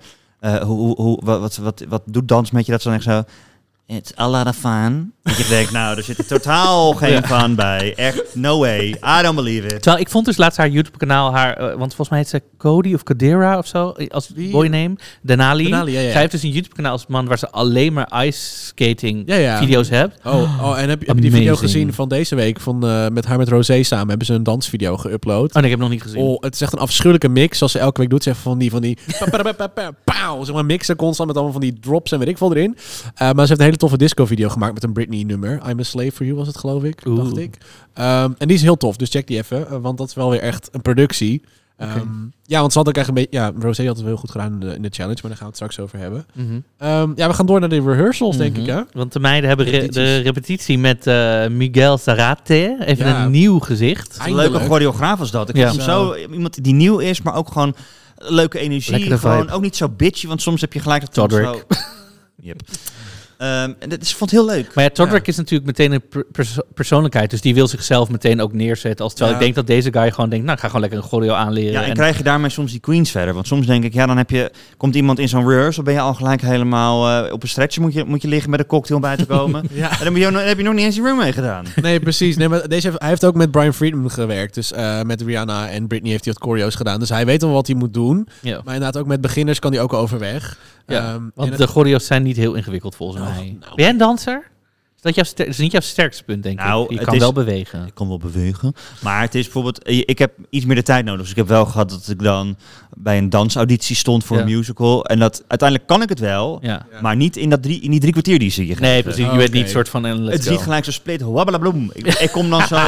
wat doet dans met je? Dat ze dan echt zo... It's a lot of fun. Dat je denkt, nou, er zit er totaal geen fun bij. Echt, no way. I don't believe it. Terwijl ik vond dus laatst haar YouTube-kanaal, want volgens mij heet ze Cody of Kadira of zo, als boyname. Denali. Ja. Zij heeft dus een YouTube-kanaal als man waar ze alleen maar ice skating Ja. video's hebt. En heb je die video Amazing. gezien van deze week? Van met haar met Rosé samen hebben ze een dansvideo geüpload. Oh nee, ik heb het nog niet gezien. Het is echt een afschuwelijke mix, zoals ze elke week doet. Ze heeft van die pauw, zeg maar mixen constant met allemaal van die drops en weet ik veel erin. Maar ze heeft een hele toffe disco-video gemaakt met een Britney-nummer. I'm a Slave for You was het, geloof ik. Oeh. Dacht ik. En die is heel tof, dus check die even. Want dat is wel weer echt een productie. Ja, want ze had ook echt een beetje... Ja, Rosé had het wel heel goed gedaan in de challenge, maar daar gaan we het straks over hebben. We gaan door naar de rehearsals, denk ik, hè? Want de meiden hebben Repetities. de repetitie met Miguel Zarate. Even Ja. een nieuw gezicht. Een leuke choreograaf was dat. Ik vond hem zo iemand die nieuw is, maar ook gewoon leuke energie. Lekkere Gewoon vibe. ook niet zo bitchy, want soms heb je gelijk dat Todrick. zo... Yep. En dat is, ik vond het heel leuk. Maar ja, Todrick is natuurlijk meteen een persoonlijkheid. Dus die wil zichzelf meteen ook neerzetten. Terwijl ik denk dat deze guy gewoon denkt, nou, ik ga gewoon lekker een choreo aanleren. Ja, en krijg je daarmee soms die queens verder? Want soms denk ik, dan komt iemand in zo'n rehearsal, ben je al gelijk helemaal op een stretcher moet je liggen met een cocktail bij te komen. Ja. En dan heb je nog niet eens die room mee gedaan. Nee, precies. Nee, maar hij heeft ook met Brian Friedman gewerkt. Dus met Rihanna en Britney heeft hij wat choreo's gedaan. Dus hij weet wel wat hij moet doen. Ja. Maar inderdaad, ook met beginners kan hij ook overweg. Ja, want en de choreo's zijn niet heel ingewikkeld volgens mij. nou. Ben jij een danser? Dat is niet jouw sterkste punt, denk ik. Je kan wel bewegen. Ik kan wel bewegen. Maar het is bijvoorbeeld... Ik heb iets meer de tijd nodig. Dus ik heb wel gehad dat ik dan bij een dansauditie stond voor een musical. En dat uiteindelijk kan ik het wel. Ja. Maar niet in die 3 kwartier die ze je geven. Nee, precies. Je bent niet soort van een Het is niet gelijk zo split. Wabbelabloem. Ik kom dan zo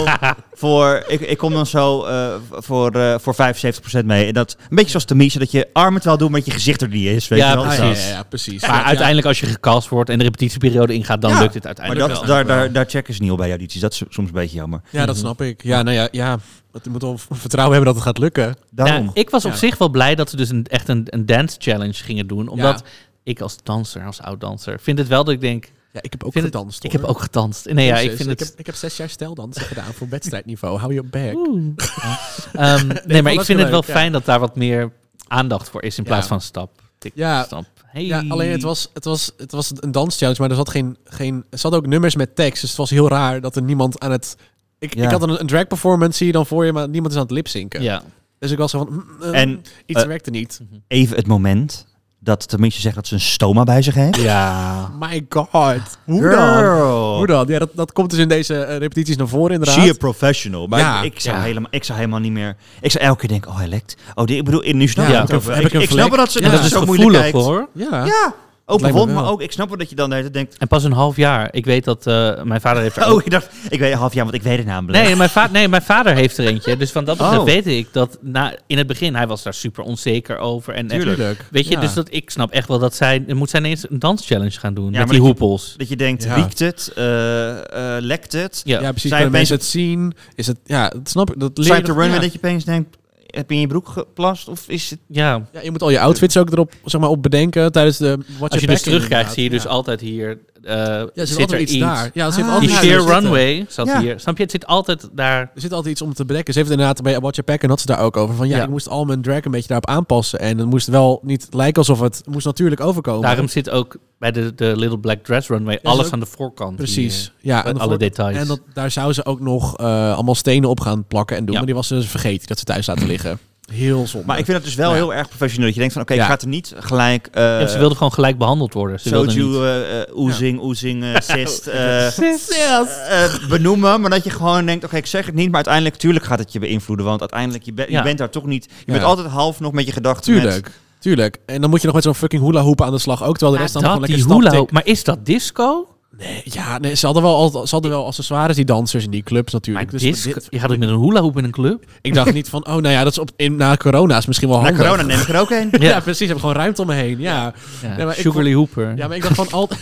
voor 75% mee. En dat een beetje zoals Tamisha, dat je arm het wel doet, maar dat je gezicht er niet is. Weet je wel? Precies. Ja, precies. Maar uiteindelijk als je gecast wordt en de repetitieperiode ingaat, dan lukt het uiteindelijk Maar wel. daar checken ze niet op bij audities. Dat is soms een beetje jammer. Ja, dat snap ik. Ja, nou ja. Je moet wel vertrouwen hebben dat het gaat lukken. Daarom. Ja, ik was op zich wel blij dat ze dus echt een dance challenge gingen doen. Omdat ik als danser, als oud-danser, vind het wel dat ik denk... Ja, ik heb ook gedanst. Ik heb ook gedanst. Nee, ja, ik vind het... Ik heb 6 jaar steldansen gedaan voor wedstrijdniveau. Hou je back. nee, maar ik dat vind is het wel leuk, fijn dat daar wat meer aandacht voor is in plaats van stap. Stap. Hey. Ja, alleen het was een danschallenge, maar er zat ook nummers met tekst. Dus het was heel raar dat er niemand aan het... Ik had een drag performance, zie je dan voor je, maar niemand is aan het lipzinken. Ja. Dus ik was zo van... iets werkte niet. Even het moment dat Tamisha zegt dat ze een stoma bij zich heeft. Ja. My god. Hoe Girl. dan? Ja, dat komt dus in deze repetities naar voren inderdaad. Zie je professional. Maar Ja. ik zou helemaal niet meer... Ik zou elke keer denken, hij lekt. Ik bedoel, nu snap Ja, ik het heb over. ik een Ik snap wel vlek? dat ze En dat is zo moeilijk gevoelig, kijkt. hoor. Ja. Ja, open lijkt me wond, maar wel. ook, ik snap wel dat je dan de hele tijd denkt... En pas een half jaar. Ik weet dat mijn vader heeft er ook... ik dacht, ik weet een half jaar, want ik weet het namelijk. Nee, mijn vader heeft er eentje. Dus van dat Oh. weet ik dat in het begin, hij was daar super onzeker over. En Tuurlijk. weet je, Ja. dus dat ik snap echt wel dat moet zij ineens een danschallenge gaan doen Ja, met maar die dat je- hoepels. Dat je denkt, Ja. riekt het, lekt het. Ja. Ja, precies. Zij Kunnen mensen opeens- het zien? Is het... Ja, dat snap ik. Dat Sta je leren... te runway ja. dat je opeens denkt, heb je in je broek geplast? Of is het... Ja. Ja, je moet al je outfits ook erop, zeg maar, op bedenken tijdens de... Als je dus terugkijkt, zie je dus altijd hier Ja, er zit zit altijd er iets iets. daar. Ja, er zit Ah. altijd Die iets sheer daar zitten. runway zat Ja. hier. Snap je? Het zit altijd daar. Er zit altijd iets om te bedekken. Ze heeft inderdaad bij Watch Your Pack en had ze daar ook over. Van ja, Ja. ik moest al mijn drag een beetje daarop aanpassen. En het moest wel niet lijken alsof het moest natuurlijk overkomen. Daarom zit ook bij de Little Black Dress Runway Ja, alles zo- aan de voorkant. Precies. Hier. Ja, Met aan de alle voor- details. En daar zou ze ook nog allemaal stenen op gaan plakken en doen. Ja. Maar die was ze dus vergeten dat ze thuis laten liggen. Heel zonde. Maar ik vind het dus wel Ja. heel erg professioneel. Dat je denkt van, oké, ik Ja. ga het er niet gelijk... Ja, ze wilde gewoon gelijk behandeld worden. Ze wilde Soju, niet. oezing, cyst, benoemen. Maar dat je gewoon denkt, oké, ik zeg het niet. Maar uiteindelijk, tuurlijk gaat het je beïnvloeden. Want uiteindelijk, je Ja. bent daar toch niet... Je Ja. bent altijd half nog met je gedachten met... Tuurlijk. En dan moet je nog met zo'n fucking hula hoop aan de slag ook. Terwijl de rest dan Dat, gewoon die lekker hula staptik. hoop. Maar is dat disco? Nee, ze hadden wel accessoires, die dansers in die clubs natuurlijk. Maar Dus disco? dit- Je gaat ook met een hula hoop in een club? ik dacht niet van, oh nou ja, dat is na corona is misschien wel Na handig. corona neem ik er ook een. Ja, precies. Ik heb gewoon ruimte om me heen. Ja. Ja, Nee, maar ik Sugarly Hooper. Ja, maar ik dacht van altijd.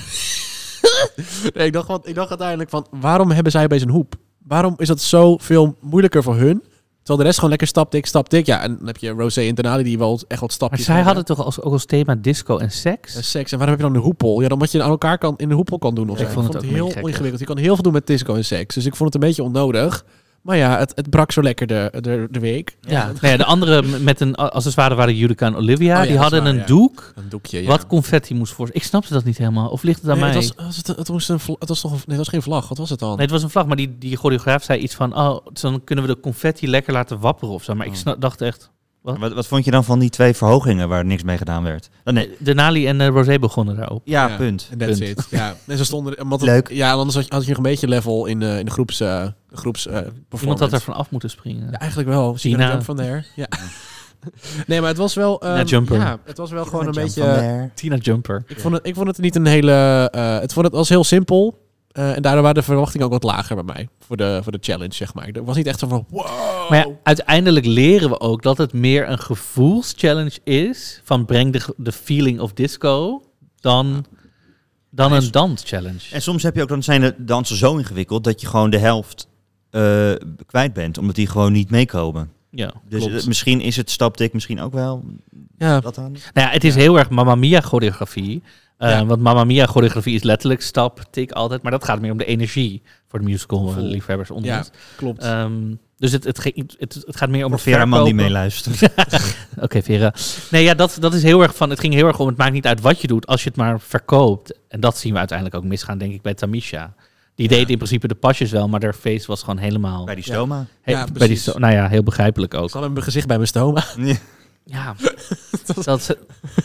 Nee, ik dacht uiteindelijk van, waarom hebben zij bij zijn hoep? Waarom is dat zo veel moeilijker voor hun? Terwijl de rest gewoon lekker staptik. Ja, en dan heb je Rosé en Denali die wel echt wat Maar stapjes zij hebben. hadden toch ook als thema disco en seks? Seks. En waarom heb je dan een hoepel? Ja, dan wat je aan elkaar in de hoepel kan doen. Of Ik zo. vond het ook een heel beetje gek, ingewikkeld. Je kan heel veel doen met disco en seks. Dus ik vond het een beetje onnodig. Maar ja, het brak zo lekker de week. Ja. Nou ja, de andere met een accessoire waren Judica en Olivia. Oh ja, die dat is hadden waar, een ja. doek Een doekje, ja. wat confetti moest voor. Ik snapte dat niet helemaal. Of ligt het aan mij? Het was toch het was geen vlag. Wat was het dan? Nee, het was een vlag, maar die choreograaf zei iets van... Oh, dan kunnen we de confetti lekker laten wapperen of zo. Maar ik dacht echt... Wat vond je dan van die 2 verhogingen waar niks mee gedaan werd? Nee. Denali en Rosé begonnen daarop. Ja, punt. En that's Punt. it. Ja, en ze stonden... omdat Leuk. Ja, anders had je nog een beetje level in de groeps Iemand performance. had er van af moeten springen. Ja, eigenlijk wel. Tina. Jump van there. Ja. Nee, maar het was wel... Jumper. Ja, het was wel gewoon een beetje... Tina Jumper. Ik vond het niet een hele... het was heel simpel. En daardoor waren de verwachtingen ook wat lager bij mij. Voor de challenge, zeg maar. Het was niet echt zo van... Wow. Maar ja, uiteindelijk leren we ook dat het meer een gevoelschallenge is. Van breng de feeling of disco. Dan een danschallenge. En soms heb je ook, dan zijn de dansen zo ingewikkeld dat je gewoon de helft kwijt bent, omdat die gewoon niet meekomen. Ja, Dus klopt. misschien is het staptik, misschien ook wel Ja, dat aan. Nou ja, het is heel erg Mamma Mia choreografie. Ja. Want Mamma Mia choreografie is letterlijk stap, tik altijd. Maar dat gaat meer om de energie voor de musical Gevoel. liefhebbers onder ja ons. klopt. Dus het gaat meer om Voor het Vera Man die verkopen. meeluistert. Oké, Vera. Nee, ja, dat is heel erg van... Het ging heel erg om, het maakt niet uit wat je doet, als je het maar verkoopt. En dat zien we uiteindelijk ook misgaan, denk ik, bij Tamisha. Die deed in principe de pasjes wel, maar haar face was gewoon helemaal... Bij die stoma. Ja, bij die precies. nou ja, heel begrijpelijk ook. Ik had mijn gezicht bij mijn stoma. Ja. Ja, dat,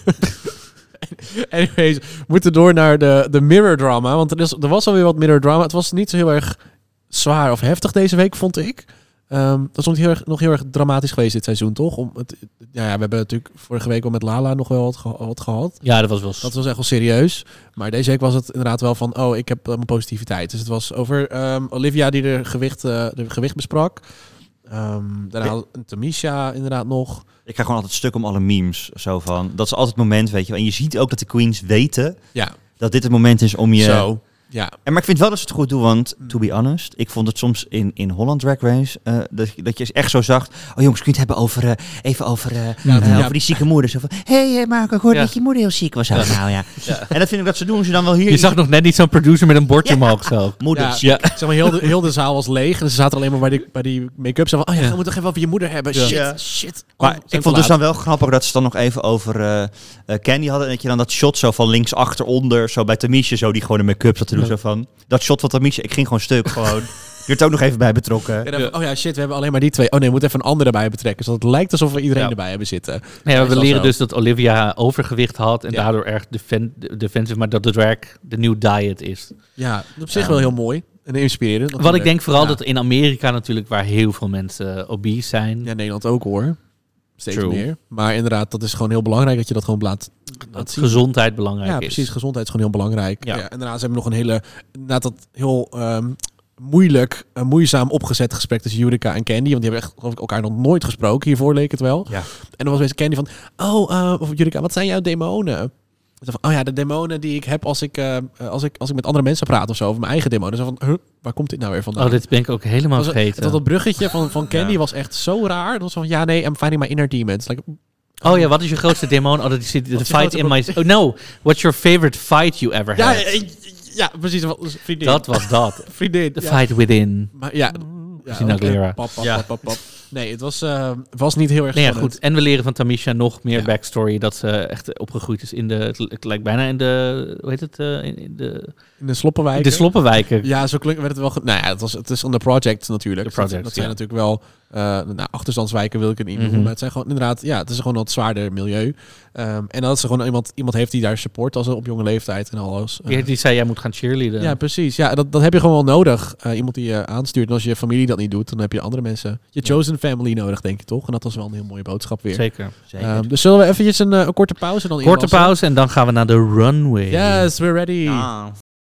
Anyways, we moeten door naar de mirror drama. Want er was alweer wat mirror drama. Het was niet zo heel erg zwaar of heftig deze week, vond ik. Dat is nog heel erg dramatisch geweest dit seizoen, toch? We hebben natuurlijk vorige week al met Lala nog wel wat gehad. ja, dat was wel... Dat was echt wel serieus. Maar deze week was het inderdaad wel van... Oh, ik heb mijn positiviteit. Dus het was over Olivia die de gewicht besprak. Daarna had Tamisha inderdaad nog. Ik ga gewoon altijd stuk om alle memes. Zo van, dat is altijd het moment, weet je wel. En je ziet ook dat de queens weten Ja, dat dit het moment is om je... zo. Ja, En maar ik vind wel dat ze het goed doen, want to be honest, ik vond het soms in Holland Drag Race dat je echt zo zag. Oh jongens, kun je het hebben over die zieke moeder? Zo van, hey Marco, ik hoorde Ja. dat je moeder heel ziek was. Nou ja. Ja. En dat vind ik dat ze doen. Ze dan wel hier. Je zag nog net niet zo'n producer met een bordje omhoog zo. moeder Ja. ziek. Ja. zeg maar, heel de zaal was leeg. En ze zaten alleen maar bij die make-up. Zo van, oh ja, we moeten toch even over je moeder hebben. Ja. Shit. Maar Zijn ik vond dus te dan laat. wel grappig dat ze dan nog even over Candy hadden. En dat je dan dat shot zo van links achteronder, zo bij Tamisha, zo die gewoon de make-up zat te doen. Ja. Zo van, dat shot van Tamisha, ik ging gewoon stuk. Gewoon, er ook nog even bij betrokken. En dan, oh ja, shit, we hebben alleen maar die 2. Oh nee, we moeten even een andere bij betrekken. Zodat het lijkt alsof we iedereen erbij hebben zitten. Ja, we wel leren zo. dus dat Olivia overgewicht had en Ja. daardoor erg defensive, maar dat de drag de nieuwe diet is. Ja, op zich wel heel mooi en inspirerend. Wat ik denk vooral Ja. dat in Amerika natuurlijk, waar heel veel mensen obese zijn. Ja, Nederland ook hoor. Steeds True. meer. Maar inderdaad, dat is gewoon heel belangrijk dat je dat gewoon laat dat zien. gezondheid belangrijk Ja, is. precies. Gezondheid is gewoon heel belangrijk. Ja. Ja. En daarnaast hebben we nog een hele, inderdaad dat heel moeizaam opgezet gesprek tussen Eureka en Candy. Want die hebben echt, geloof ik, elkaar nog nooit gesproken. Hiervoor leek het wel. Ja. En dan was deze Candy van, of Eureka, wat zijn jouw demonen? Zo van, oh ja, de demonen die ik heb als ik met andere mensen praat of zo. Of mijn eigen demonen. Zo van, waar komt dit nou weer vandaan? Oh, dit ben ik ook helemaal vergeten. Dat bruggetje van Candy was echt zo raar. Dat was van, ja nee, I'm finding my inner demons. Like, Oh ja, wat is je grootste demon? Oh, dat is de je fight in my... grootste Oh no, what's your favorite fight you ever ja, had? ja, precies. Vriendin. Dat was dat. Vriendin. The ja. fight within. Maar ja. Christina Aguilera. Ja. Nee, het was niet heel erg Nee, ja, spannend. goed. En we leren van Tamisha nog meer Ja. backstory. Dat ze echt opgegroeid is in de... Het lijkt bijna in de... Hoe heet het? In In de sloppenwijken. de sloppenwijken. Ja, zo werd het wel... Nou ja, het is on the project natuurlijk. The project, dat zijn ja. natuurlijk wel... achterstandswijken wil ik het niet noemen. Mhm. Maar het zijn gewoon inderdaad... Ja, het is gewoon wat zwaarder milieu. En dat ze gewoon iemand heeft die daar support als op jonge leeftijd en alles. Die zei, jij moet gaan cheerleaden. Ja, precies. Ja, dat heb je gewoon wel nodig. Iemand die je aanstuurt. En als je familie dat niet doet, dan heb je andere mensen. Je chosen family nodig, denk je toch? En dat was wel een heel mooie boodschap weer. Zeker. Dus zullen we eventjes een korte pauze dan Korte inlassen? pauze en dan gaan we naar de runway. Yes, we're ready. Ah.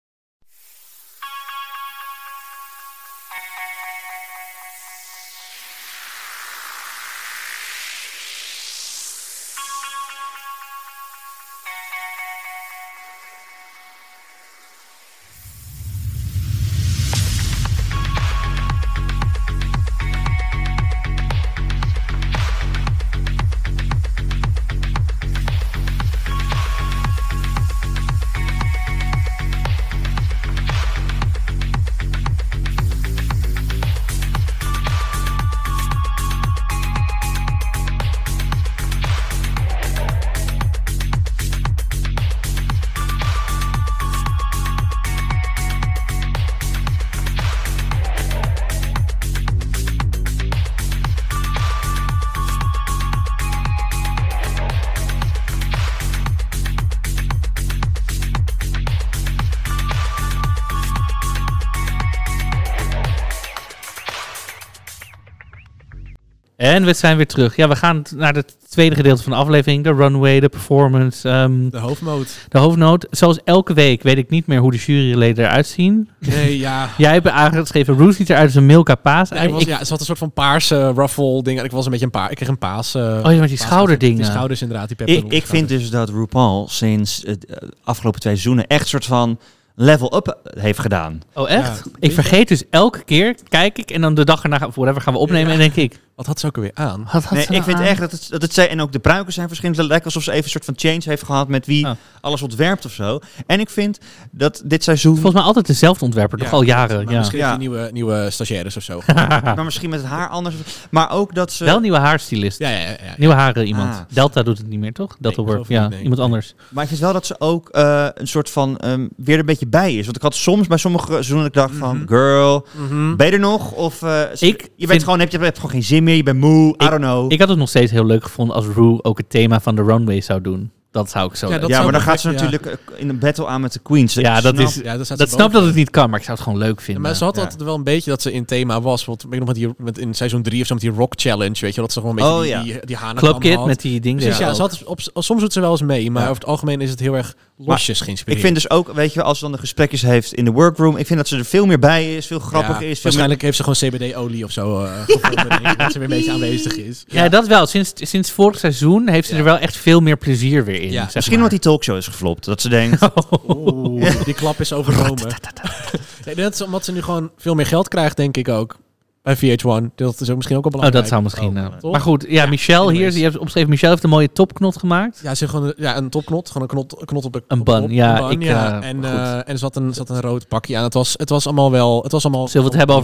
En we zijn weer terug. Ja, we gaan naar het tweede gedeelte van de aflevering. De runway, de performance, De hoofdmoot. de hoofdnoot. Zoals elke week weet ik niet meer hoe de juryleden eruit zien. Nee, ja. Jij hebt aangeschreven, Roos ziet eruit als een Milka Paas. Ze had een soort van paarse ruffle ding. Ik was een beetje ik kreeg een paas. Oh ja, met die schouderdingen. Die schouders inderdaad. Die pepperoni Ik vind dus dat RuPaul sinds de afgelopen 2 seizoenen echt een soort van level up heeft gedaan. Oh, echt? Ja. Ik vergeet dus elke keer, kijk ik, en dan de dag erna, of whatever, gaan we opnemen Ja. en denk ik... Wat had ze ook alweer aan? Wat had Nee, ze ik vind aan? echt dat het zijn, en ook de pruiken zijn verschillend. Het lijkt alsof ze even een soort van change heeft gehad met wie Oh. alles ontwerpt of zo. En ik vind dat dit seizoen, Volgens mij altijd dezelfde ontwerper, toch al jaren. Maar Ja. misschien Ja. die nieuwe stagiaires of zo. maar misschien met het haar anders. Maar ook dat ze... Wel een nieuwe haarstylist. ja. Nieuwe haren iemand. Ah. Delta doet het niet meer, toch? Delta geloof Work. ik Ja, niet, nee. iemand anders. Maar ik vind wel dat ze ook een soort van weer een beetje bij is. Want ik had soms bij sommige seizoenen dat ik dacht van... Girl, ben je er nog? Of je vind- hebt gewoon geen zin meer. Je bent moe. I don't know. Ik had het nog steeds heel leuk gevonden als Rue ook het thema van de runway zou doen. Dat zou ik zo Ja, leuk dat ja, zou maar dan gaat ze perfect, natuurlijk in een battle aan met de queens. Ja, dat Snap- is... Ja, Dat snap dat het niet kan, maar ik zou het gewoon leuk Ja, vinden. maar ze had Ja. altijd wel een beetje dat ze in thema was. Want ik weet nog in seizoen 3 of zo met die Rock Challenge, weet je, dat ze gewoon een beetje Oh, ja. die Hanekamp Clubkid had. met die dingen. Precies, ja, ook. ze had soms doet ze wel eens mee, maar Ja. over het algemeen is het heel erg losjes Ik geïnspireerd. vind dus ook, weet je, als ze dan de gesprekjes heeft in de workroom, ik vind dat ze er veel meer bij is, veel grappiger is. Veel Waarschijnlijk heeft ze gewoon CBD-olie of zo gevonden, denk ik, dat ze weer een beetje aanwezig is. Ja, dat wel. Sinds vorig seizoen heeft ze er wel echt veel meer plezier weer in. Ja, zeg Misschien maar. omdat die talkshow is geflopt. Dat ze denkt, Oeh, die klap is overnomen. Nee, dat is omdat ze nu gewoon veel meer geld krijgt, denk ik ook. Bij VH1. Dat is ook misschien ook wel Oh, belangrijk. dat zou misschien... toch? maar goed, ja, Michelle hier, anyways. die heeft opgeschreven, Michelle heeft een mooie topknot gemaakt. Ja, ze heeft gewoon een topknot. Gewoon een knot op de Een op de bun, kop. ja, Een bun, ik, En, goed. en er zat een rood pakje aan. Het was allemaal wel... Zullen we het hebben over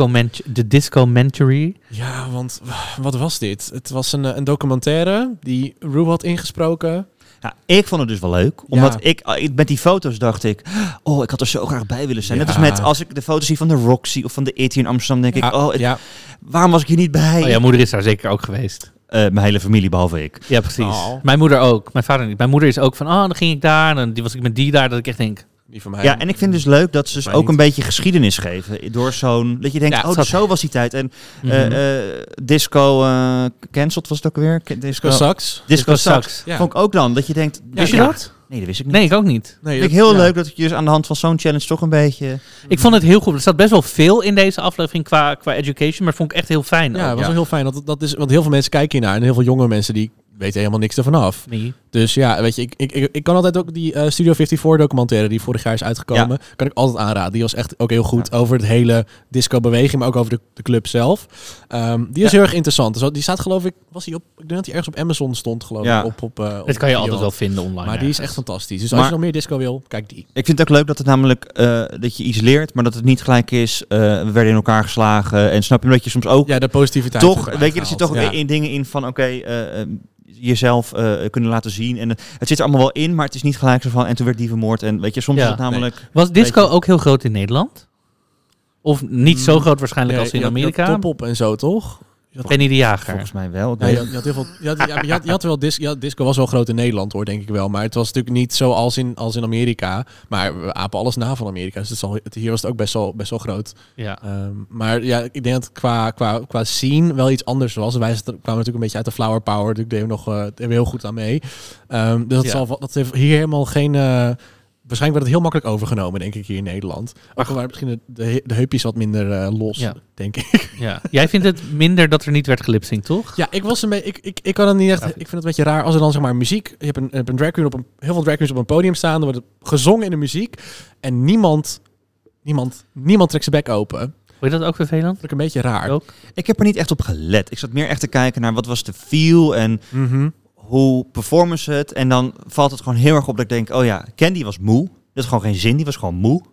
de discomentary? Ja, want wat was dit? Het was een documentaire die Rue had ingesproken. Ja, ik vond het dus wel leuk. Omdat ik met die foto's dacht ik... Oh, ik had er zo graag bij willen zijn. Net als met als ik de foto's zie van de Roxy of van de Itty in Amsterdam... denk ik, waarom was ik hier niet bij? Oh, jouw moeder is daar zeker ook geweest. Mijn hele familie, behalve ik. Ja, precies. Mijn moeder ook. Mijn vader niet. Mijn moeder is ook van... dan ging ik daar. En dan was ik met die daar. Dat ik echt denk... Die van mij. Ja, en ik vind dus leuk dat ze dus ook een beetje geschiedenis geven. Door zo'n... Dat je denkt, dus zo was die tijd. En disco... cancelled was het ook weer? Disco Sax. Disco Sax. Ja. Vond ik ook dan. Dat je denkt... Wist je dat? Nee, dat wist ik niet. Nee, ik ook niet. Nee, vind ik heel leuk dat je dus aan de hand van zo'n challenge toch een beetje... Ik vond het heel goed. Er zat best wel veel in deze aflevering qua education. Maar vond ik echt heel fijn. Ja, het was wel heel fijn. Dat is, want heel veel mensen kijken hiernaar. En heel veel jonge mensen die weten helemaal niks ervan af. Nee. Dus ja, weet je, ik kan altijd ook die Studio 54 documentaire die vorig jaar is uitgekomen, kan ik altijd aanraden. Die was echt ook heel goed over het hele disco-beweging, maar ook over de club zelf. Die is heel erg interessant. Dus die staat geloof ik, ik denk dat die ergens op Amazon stond geloof ik. Dat kan je altijd wel vinden online. Maar die is echt fantastisch. Dus als je nog meer disco wil, kijk die. Ik vind het ook leuk dat het namelijk, dat je iets leert, maar dat het niet gelijk is, we werden in elkaar geslagen. En snap je dat je soms ook... Ja, de positiviteit. Toch, weet je, er zit toch in dingen in van, jezelf kunnen laten zien. En het zit er allemaal wel in, maar het is niet gelijk zo van... En toen werd die vermoord. En weet je, soms is het namelijk... Nee. Was disco ook heel groot in Nederland? Of niet zo groot waarschijnlijk als in Amerika? Top-op en zo, toch? Penny de Jager. Volgens mij wel. Ja, je had heel veel. Je had wel disco was wel groot in Nederland hoor, denk ik wel. Maar het was natuurlijk niet zo als in Amerika. Maar we apen alles na van Amerika. Dus hier was het ook best wel groot. Ja. Maar ja, ik denk dat qua scene wel iets anders was. Wij kwamen natuurlijk een beetje uit de flower power. Dus deden we heel goed aan mee. Dus dat heeft hier helemaal geen... Waarschijnlijk werd het heel makkelijk overgenomen, denk ik, hier in Nederland. Ook al waren misschien de heupjes wat minder los, denk ik. Ja. Jij vindt het minder dat er niet werd gelipsynct, toch? Ja, ik was een beetje... Ik kan het niet echt... Ik vind het een beetje raar als er dan zeg maar muziek... Je hebt een drag queen heel veel drag queens op een podium staan. Er wordt gezongen in de muziek. En niemand trekt zijn bek open. Vond je dat ook vervelend? Dat is een beetje raar. Ook? Ik heb er niet echt op gelet. Ik zat meer echt te kijken naar wat was de feel en... hoe performen ze het? En dan valt het gewoon heel erg op dat ik denk... Oh ja, Candy was moe. Dat is gewoon geen zin. Die was gewoon moe.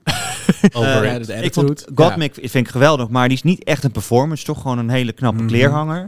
Ik vond Gottmik vind ik geweldig. Maar die is niet echt een performance. Toch gewoon een hele knappe kleerhanger.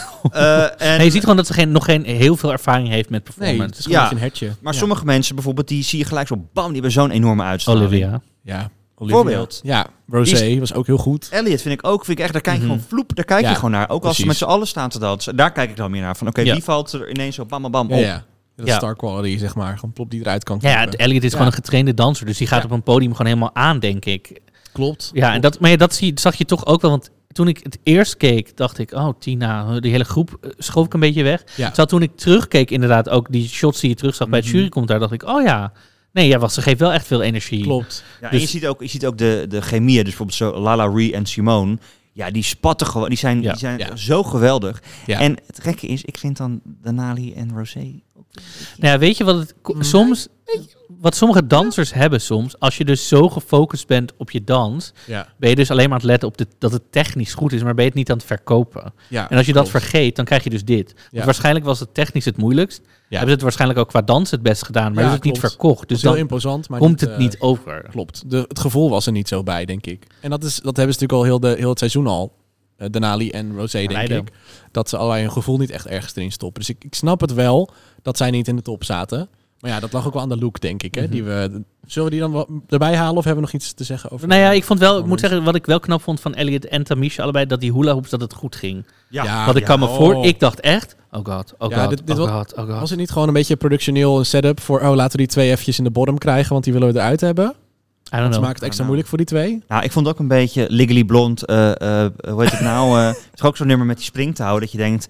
En je ziet gewoon dat ze nog geen heel veel ervaring heeft met performance. Nee, het is gewoon een hertje. Maar sommige mensen bijvoorbeeld... Die zie je gelijk zo... Bam, die hebben zo'n enorme uitstraling. Olivia. Ja. Voorbeeld. Ja, Rosé was ook heel goed. Elliot vind ik echt, daar kijk je gewoon vloep, daar kijk je gewoon naar. Ook als ze met z'n allen staan te dansen, daar kijk ik dan meer naar. Van wie valt er ineens zo bam op? Ja. Dat star quality, zeg maar. Gewoon plop die eruit kan. Ja, Elliot is gewoon een getrainde danser, dus die gaat op een podium gewoon helemaal aan, denk ik. Klopt. Ja, en dat zag je toch ook wel, want toen ik het eerst keek, dacht ik, oh Tina, die hele groep schoof ik een beetje weg. Ja. Terwijl toen ik terugkeek, inderdaad, ook die shots die je terugzag bij het jurycommentaar, dacht ik, oh ja. Nee, ze geeft wel echt veel energie. Klopt. Ja, dus... En je ziet ook de chemie, dus bijvoorbeeld zo Lala Ree en Simone. Ja, die spatten gewoon. Die zijn zo geweldig. Ja. En het gekke is, ik vind dan Denali en Rosé ook... Nou ja, weet je wat het soms... Wat sommige dansers hebben soms, als je dus zo gefocust bent op je dans, ben je dus alleen maar aan het letten op dat het technisch goed is, maar ben je het niet aan het verkopen. Ja, en als je dat vergeet, dan krijg je dus dit. Dus waarschijnlijk was het technisch het moeilijkst. Hebben ze het waarschijnlijk ook qua dans het best gedaan, maar is het niet verkocht. Dus dan heel imposant, maar komt het niet over. Klopt. Het gevoel was er niet zo bij, denk ik. En dat hebben ze natuurlijk al heel het seizoen al. Denali en Rosé, denk ik. Dat ze allebei hun gevoel niet echt ergens erin stoppen. Dus ik snap het wel dat zij niet in de top zaten. Maar ja, dat lag ook wel aan de look, denk ik. Hè? Zullen we die dan erbij halen of hebben we nog iets te zeggen over? Nou ja, ik moet zeggen, wat ik wel knap vond van Elliot en Tamisha, allebei, dat die hula hoops, dat het goed ging. Wat ik kan me voor, ik dacht echt, oh god. Was het niet gewoon een beetje productioneel een setup voor, laten we die twee eventjes in de bottom krijgen, want die willen we eruit hebben? Dat maakt het extra moeilijk voor die twee. Nou, ik vond het ook een beetje Legally Blonde, hoe heet het nou? Het is ook zo'n nummer met die springtouw, dat je denkt...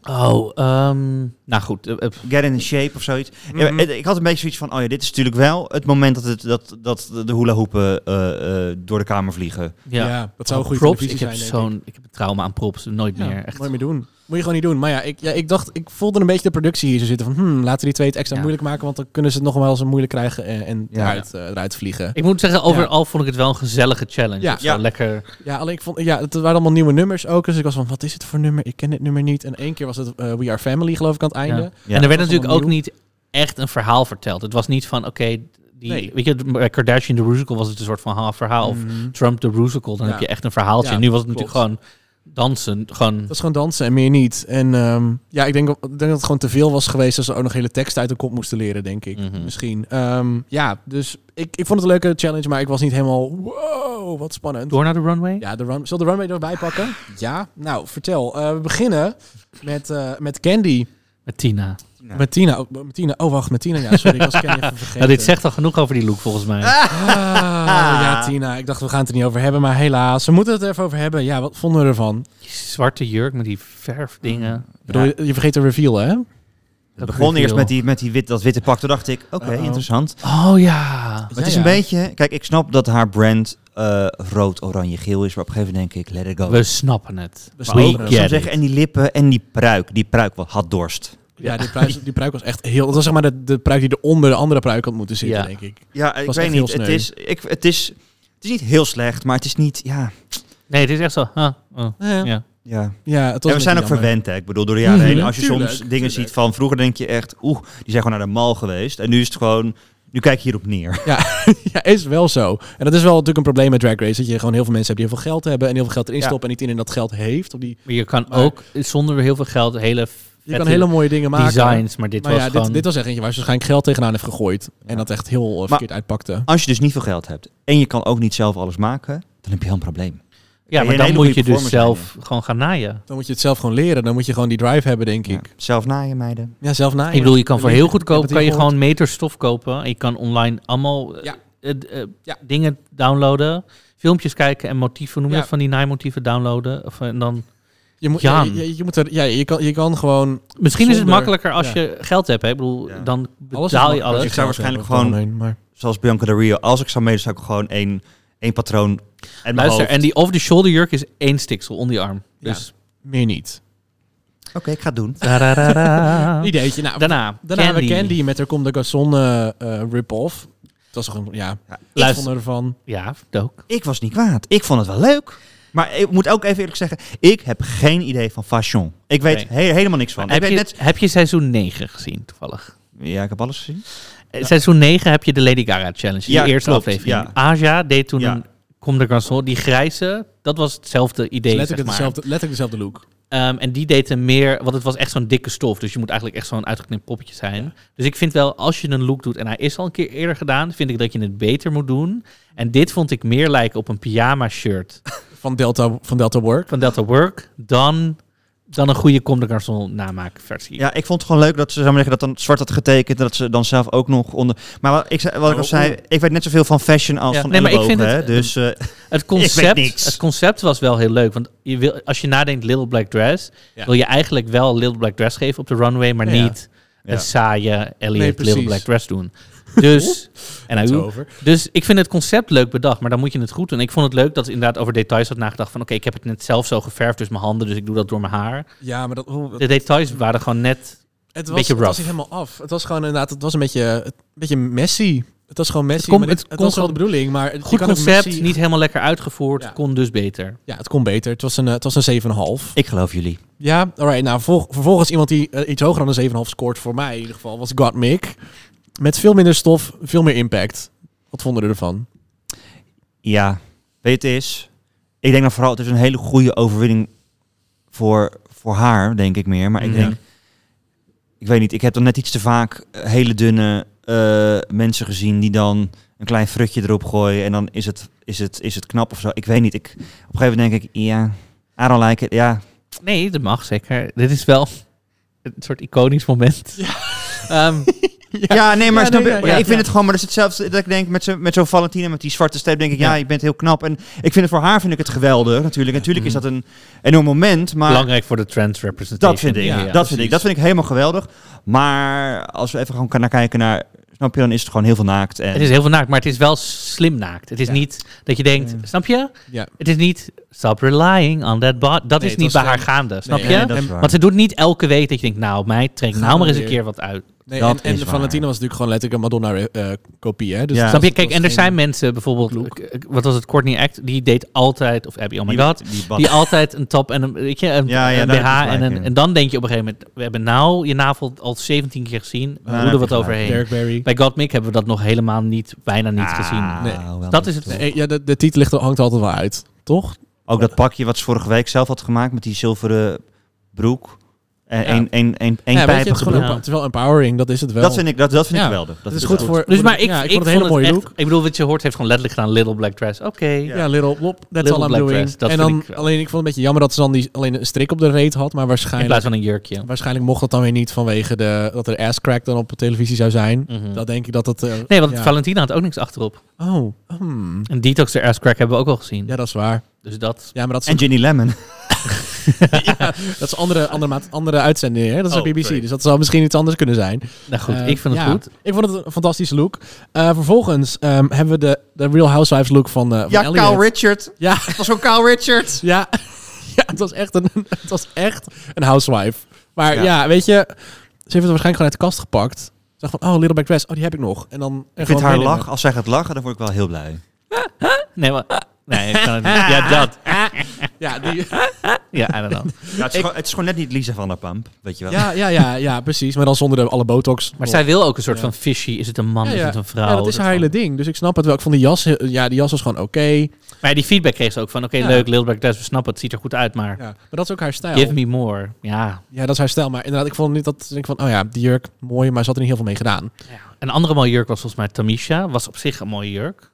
nou goed. Get in shape of zoiets. Ja, ik had een beetje zoiets van, dit is natuurlijk wel het moment dat de hula hoepen door de kamer vliegen. Ja, dat zou een goede props. televisie zijn. Ik heb een trauma aan props, nooit meer. Echt. Nooit meer doen. Moet je gewoon niet doen. Maar ik dacht, ik voelde een beetje de productie hier zo zitten van, laten we die twee het extra moeilijk maken, want dan kunnen ze het nog wel eens moeilijk krijgen en eruit vliegen. Ik moet zeggen, overal vond ik het wel een gezellige challenge. Ja. Lekker. Ja, alleen ik vond, het waren allemaal nieuwe nummers ook, dus ik was van, wat is het voor nummer? Ik ken dit nummer niet. En 1 keer was het We Are Family, geloof ik, aan het einde. Ja. En er werd natuurlijk ook niet echt een verhaal verteld. Het was niet van, weet je, bij Kardashian The Rusical was het een soort van verhaal. Of Trump The Rusical, dan heb je echt een verhaaltje. En nu was het natuurlijk gewoon dansen. Gewoon... Dat is gewoon dansen en meer niet. En ik denk dat het gewoon te veel was geweest als ze ook nog hele tekst uit de kop moesten leren, denk ik. Mhm. Misschien. Dus ik vond het een leuke challenge, maar ik was niet helemaal... Wow, wat spannend. Door naar de runway? Ja, zal de runway erbij pakken? Ja. Nou, vertel. We beginnen met Candy. Met Tina. Met Tina. Oh, wacht. Met Tina. Ja, sorry. Ik was Candy even vergeten. Nou, dit zegt al genoeg over die look, volgens mij. Ja, Tina. Ik dacht, we gaan het er niet over hebben. Maar helaas. We moeten het er even over hebben. Ja, wat vonden we ervan? Die zwarte jurk met die verfdingen. Je vergeet de reveal, hè? Het begon eerst met dat witte pak. Toen dacht ik, oké, interessant. Oh ja. Maar het is een beetje... Kijk, ik snap dat haar brand rood, oranje, geel is. Maar op een gegeven moment denk ik, let it go. We snappen het. We We snappen het. get Zeggen, it. en die lippen en die pruik. Die pruik had dorst. Ja, die pruik was echt heel... Het was zeg maar de pruik die er onder de andere pruik had moeten zitten, Ja. denk ik. Ja, ik was weet echt niet. heel sneu. Het is niet heel slecht, maar het is niet... Ja. Nee, het is echt zo. Ja. Ja. Ja, het was En we zijn ook verwend, hè. Ik bedoel, door de jaren heen. Als je soms dingen ziet van... Vroeger denk je echt... die zijn gewoon naar de mal geweest. En nu is het gewoon... Nu kijk je hierop neer. Ja, is wel zo. En dat is wel natuurlijk een probleem met Drag Race. Dat je gewoon heel veel mensen hebt die heel veel geld hebben... en heel veel geld erin stoppen... en niet iedereen dat geld heeft. Maar je kan ook zonder heel veel geld hele Je kan hele mooie dingen maken. designs, maar dit was gewoon... Dit was echt eentje waar ze waarschijnlijk geld tegenaan heeft gegooid. En dat echt heel verkeerd uitpakte. Als je dus niet veel geld hebt... en je kan ook niet zelf alles maken... dan heb je heel een probleem. Ja, maar een dan hele moet goede je dus performance zelf gewoon gaan naaien. Dan moet je het zelf gewoon leren. Dan moet je gewoon die drive hebben, denk ik. Zelf naaien, meiden. Ja, zelf naaien. Ik bedoel, je kan voor heel goedkoop heb het kan je hier gehoord. gewoon meters stof kopen. En je kan online allemaal dingen downloaden. Filmpjes kijken en motieven, noem je dat, van die naaimotieven downloaden. En dan... Je kan gewoon... Misschien is het zonder- makkelijker als je geld hebt. Hè? Ik bedoel, dan Alles betaal is je alles. Ik zou waarschijnlijk makkelijk gewoon... maar... Zoals Bianca Del Rio... Als ik zou meedoen, zou ik gewoon één patroon... En mijn Luister, hoofd. en die over-the-shoulder jurk is 1 stiksel onder je arm. Dus... Meer niet. Oké, ik ga het doen. Ideetje. Nou, Daarna hebben we Candy met haar Comme des Garçons rip-off. Dat was gewoon, ik luister. vond ervan. Ja, ook. Ik was niet kwaad. Ik vond het wel leuk. Maar ik moet ook even eerlijk zeggen... Ik heb geen idee van fashion. Ik weet helemaal niks van. Heb je seizoen 9 gezien, toevallig? Ja, ik heb alles gezien. Seizoen 9 heb je de Lady Gaga Challenge. Ja, De eerste klopt, aflevering. ja. Aja deed toen Ja. een Comme des Garçons. Die grijze, dat was hetzelfde idee, Letterlijk zeg maar. dezelfde look. En die deed een meer... Want het was echt zo'n dikke stof. Dus je moet eigenlijk echt zo'n uitgeknipt poppetje zijn. Ja. Dus ik vind wel, als je een look doet... En hij is al een keer eerder gedaan... Vind ik dat je het beter moet doen. En dit vond ik meer lijken op een pyjama shirt. Van Delta Work. Van Delta Work. Dan een goede Comme des Garçons namaakversie. Ja, ik vond het gewoon leuk dat ze, zou maar zeggen, dat dan zwart had getekend. En dat ze dan zelf ook nog onder... Maar wat ik al zei... Ik weet net zoveel van fashion als van maar ik vind ellebogen. het, Dus het concept was wel heel leuk. Want als je nadenkt Little Black Dress... wil je eigenlijk wel Little Black Dress geven op de runway... maar niet een saaie Elliot Little Black Dress doen. Dus, dus ik vind het concept leuk bedacht, maar dan moet je het goed doen. Ik vond het leuk dat ze inderdaad over details had nagedacht van oké, ik heb het net zelf zo geverfd, dus mijn handen, dus ik doe dat door mijn haar. Ja, maar de details waren gewoon net een beetje rough. Het was niet helemaal af. Het was gewoon inderdaad, het was een beetje messy. Het was gewoon messy, het was wel de bedoeling, maar het goed concept, niet helemaal lekker uitgevoerd, kon dus beter. Ja, het kon beter. Het was een 7,5. Ik geloof jullie. Ja, alright. Nou, vervolgens iemand die iets hoger dan een 7,5 scoort voor mij in ieder geval was Gottmik. Met veel minder stof, veel meer impact. Wat vonden we ervan? Ja, weet je het is? Ik denk dan vooral, het is een hele goede overwinning voor haar, denk ik meer. Maar ik denk, ik weet niet, ik heb dan net iets te vaak hele dunne mensen gezien die dan een klein frutje erop gooien en dan is het knap of zo. Ik weet niet, op een gegeven moment denk ik, ja, I don't like it, ja. Nee, dat mag zeker. Dit is wel een soort iconisch moment. Ja. Ik vind het gewoon, maar dat is hetzelfde dat ik denk met zo'n Valentina met die zwarte streep, denk ik, ja, je bent heel knap. En ik vind het voor haar vind ik het geweldig, natuurlijk. Natuurlijk is dat een enorm moment, maar belangrijk voor de trans representation. Dat vind ik. Dat vind ik helemaal geweldig. Maar als we even gewoon naar kijken naar, snap je, dan is het gewoon heel veel naakt. En... Het is heel veel naakt, maar het is wel slim naakt. Het is niet dat je denkt, snap je? Ja. Het is niet stop relying on that body. Dat is niet bij haar gaande, snap je? Want ze doet niet elke week dat je denkt, nou, mij trek nou maar eens een keer wat uit. Nee, en Valentina was natuurlijk gewoon letterlijk een Madonna-kopie. Hè? Dus snap je? Kijk, en er zijn mensen, bijvoorbeeld, wat was het, Courtney Act, die deed altijd, of Abby, oh my god, die altijd een top en een BH. En dan denk je op een gegeven moment, we hebben nou je navel al 17 keer gezien, we doen er wat overheen. Bij Gottmik hebben we dat nog helemaal bijna niet gezien. Nee. Dat is het. De titel hangt altijd wel uit, toch? Ook dat pakje wat ze vorige week zelf had gemaakt met die zilveren broek. Eén pijpige broek. Het is wel empowering, dat is het wel. Dat vind ik geweldig. Dat is goed voor... Dus maar ik vond het een hele mooie look. Ik bedoel, wat je hoort heeft gewoon letterlijk gedaan. Little black dress. Oké. Ja, little blop. That's Little all I'm black doing. dress, dat en vind dan, ik wel. alleen ik vond het een beetje jammer dat ze dan alleen een strik op de reet had. Maar In waarschijnlijk... plaats van een jurkje. Waarschijnlijk mocht dat dan weer niet vanwege dat er ass crack dan op de televisie zou zijn. Mhm. Dat denk ik dat het... Nee, want Valentina had ook niks achterop. Oh. En Detox de ass crack hebben we ook al gezien. Ja, dat is waar. Dus dat... Ja, maar dat is... En Ginny Lemon. dat is andere uitzending, hè? Dat is Oh, de BBC, sorry. dus dat zou misschien iets anders kunnen zijn. Nou goed, ik vind het goed. Ik vond het een fantastische look. Vervolgens hebben we de Real Housewives look van Elliot. Kyle Richard. Ja. Het was ook Kyle Richard. Ja, het was echt een housewife. Maar Ja. ja, weet je, ze heeft het waarschijnlijk gewoon uit de kast gepakt. Zag van, oh, Little Black Dress, oh, die heb ik nog. En dan Ik vind haar lach, als zij gaat lachen, dan word ik wel heel blij. Nee, maar... Nee, ik kan het niet. Ja, dat. Ja, die... Ja, I don't know. Ja, het is gewoon net niet Lisa van der Pamp, weet je wel. Ja, precies. Maar dan zonder alle botox. Maar zij wil ook een soort van fishy. Is het een man? Is het een vrouw? Ja, dat is haar hele ding. Dus ik snap het wel. Ik vond die jas was gewoon oké. Maar die feedback kreeg ze ook van... Oké, leuk, Little Black Dress, we snappen het. Ziet er goed uit, maar... Ja, maar dat is ook haar stijl. Give me more. Ja. Ja, dat is haar stijl. Maar inderdaad, ik vond niet dat... Ik van, oh ja, die jurk, mooi, maar ze had er niet heel veel mee gedaan. Een andere mooie jurk was volgens mij Tamisha. Was op zich een mooie jurk.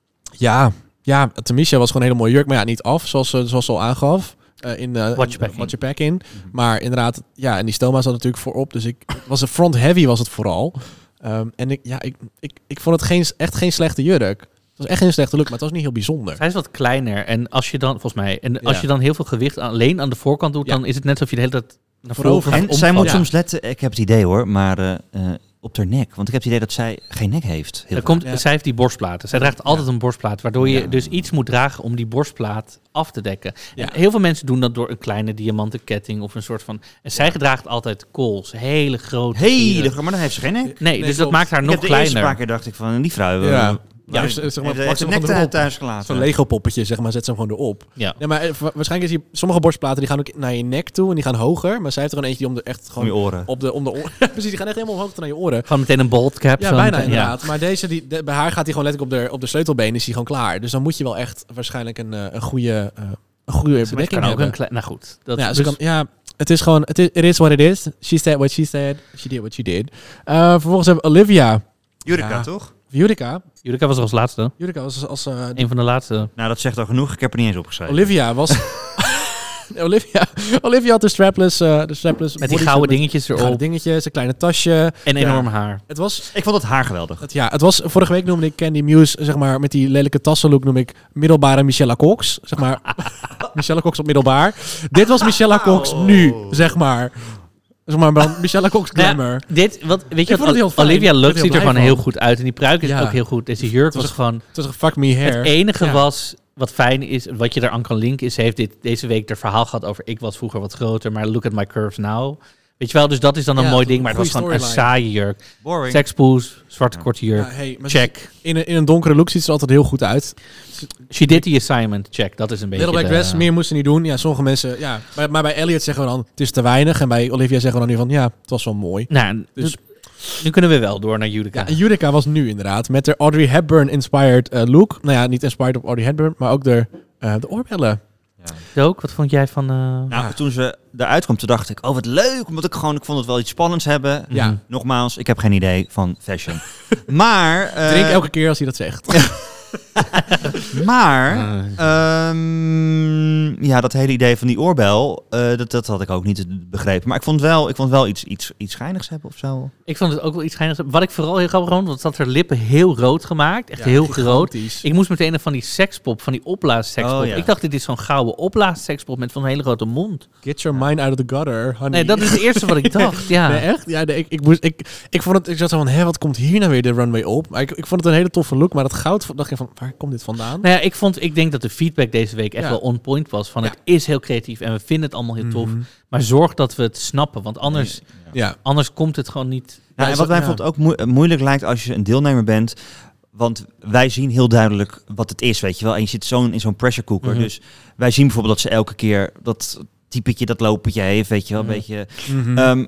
Ja, Tamisha was gewoon een hele mooie jurk. Maar ja, niet af, zoals ze al aangaf. In Watch Your Back In. Maar inderdaad, ja, en die Stoma zat natuurlijk voorop. Dus was een front heavy was het vooral. En ik vond het echt geen slechte jurk. Het was echt geen slechte look, maar het was niet heel bijzonder. Zij is wat kleiner. En als je dan, volgens mij... En als je dan heel veel gewicht alleen aan de voorkant doet... Dan is het net alsof je de hele tijd naar voren En zij moet omvalt. soms letten, ik heb het idee hoor, maar op haar nek. Want ik heb het idee dat zij geen nek heeft. Zij heeft die borstplaten. Zij draagt altijd een borstplaat. Waardoor je dus iets moet dragen om die borstplaat af te dekken. Ja. En heel veel mensen doen dat door een kleine diamanten ketting of een soort van... En zij draagt altijd kools. Hele grote... Maar dan heeft ze geen nek. Nee, dus dat klopt. maakt haar nog De kleiner. eerste paar keer dacht ik van, die vrouw... Ja, zeg maar, heeft pak de ze nek gewoon erop. thuis gelaten. Zo'n Lego poppetje, zeg maar, zet ze hem gewoon erop. Ja. Ja, maar waarschijnlijk is sommige borstplaten die gaan ook naar je nek toe en die gaan hoger. Maar zij heeft er gewoon eentje die Om je oren. om de oren. Ja, precies, die gaan echt helemaal omhoog tot naar je oren. Gewoon meteen een bold cap. Ja, zo bijna meteen, inderdaad. Maar deze, bij haar gaat hij gewoon letterlijk op de sleutelbeen, is hij gewoon klaar. Dus dan moet je wel echt waarschijnlijk een goede bedekking kan ook hebben. een klein... Nou goed. Dat, Ja, dus, ze kan, ja, het is gewoon, it is what it is. She said what she said. She did what she did. Vervolgens hebben we Olivia. Jurika, toch? Jurika Julika was er als laatste. Jurika was als... Een van de laatste. Nou, dat zegt al genoeg. Ik heb er niet eens opgeschreven. Olivia was... Olivia had de strapless Met die gouden dingetjes erop. gouden dingetjes, een kleine tasje. En enorm haar. Het was... Ik vond het haar geweldig. Het was... Vorige week noemde ik Candy Muse, zeg maar, met die lelijke tassenlook noem ik middelbare Michelle Cox. Zeg maar, Michelle Cox op middelbaar. Dit was Michelle Cox nu, zeg maar. Zeg maar, dan Michelle Cox glamour. Weet je vond het wat? heel fijn. Olivia Ik Lux ben er ziet er blij gewoon van. heel goed uit. En die pruik is Ja. ook heel goed. Deze jurk was was gewoon... Het was een fuck me hair. Het enige Ja. was wat fijn is, wat je eraan kan linken, is ze heeft deze week haar verhaal gehad over ik was vroeger wat groter, maar look at my curves now. Weet je wel, dus dat is dan een Ja, mooi ding, maar het was goede gewoon een storyline. saaie jurk. Boring. Sekspoes, zwarte korte jurk. Ja, hey, maar Check. In een donkere look ziet ze er altijd heel goed uit. She did the assignment. Check. Dat is een beetje Little Black Dress, meer moest ze niet doen. Ja, sommige mensen... Ja, maar bij Elliot zeggen we dan, het is te weinig. En bij Olivia zeggen we dan nu van, ja, het was wel mooi. Nou, Dus- nu kunnen we wel door naar Judika. Ja, en Judika was nu inderdaad met de Audrey Hepburn-inspired look. Nou ja, niet inspired op Audrey Hepburn, maar ook de oorbellen. Dook, wat vond jij van... Nou, toen ze eruit kwam, toen dacht ik, oh wat leuk. Omdat ik vond het wel iets spannends hebben. Ja. Nogmaals, ik heb geen idee van fashion. Maar... Drink elke keer als hij dat zegt. Maar, ja, dat hele idee van die oorbel, dat had ik ook niet begrepen. Maar ik vond wel iets schijnigs hebben of zo. Ik vond het ook wel iets schijnigs. Wat ik vooral heel grappig vond, want dat haar lippen heel rood gemaakt. Echt heel groot. Ik moest meteen van die sekspop, van die opblaassekspop. Oh, ja. Ik dacht, dit is zo'n gouden opblaassekspop met van een hele grote mond. Get your mind out of the gutter, honey. Nee, dat is het eerste wat ik dacht. Ja. Nee, echt? Ja, nee, ik vond het... Ik zat zo van, hé, wat komt hier nou weer de runway op? Maar ik vond het een hele toffe look, maar dat goud, dacht ik van, waar komt dit vandaan? Nou ja, ik denk dat de feedback deze week echt Ja. wel on point was. Van Ja. het is heel creatief en we vinden het allemaal heel tof. Maar zorg dat we het snappen, want anders komt het gewoon niet. Nou, en wat mij bijvoorbeeld ook moeilijk lijkt als je een deelnemer bent, want wij zien heel duidelijk wat het is, weet je wel. En je zit in zo'n pressure cooker. Dus wij zien bijvoorbeeld dat ze elke keer dat typetje, dat lopertje heeft, weet je wel, een beetje.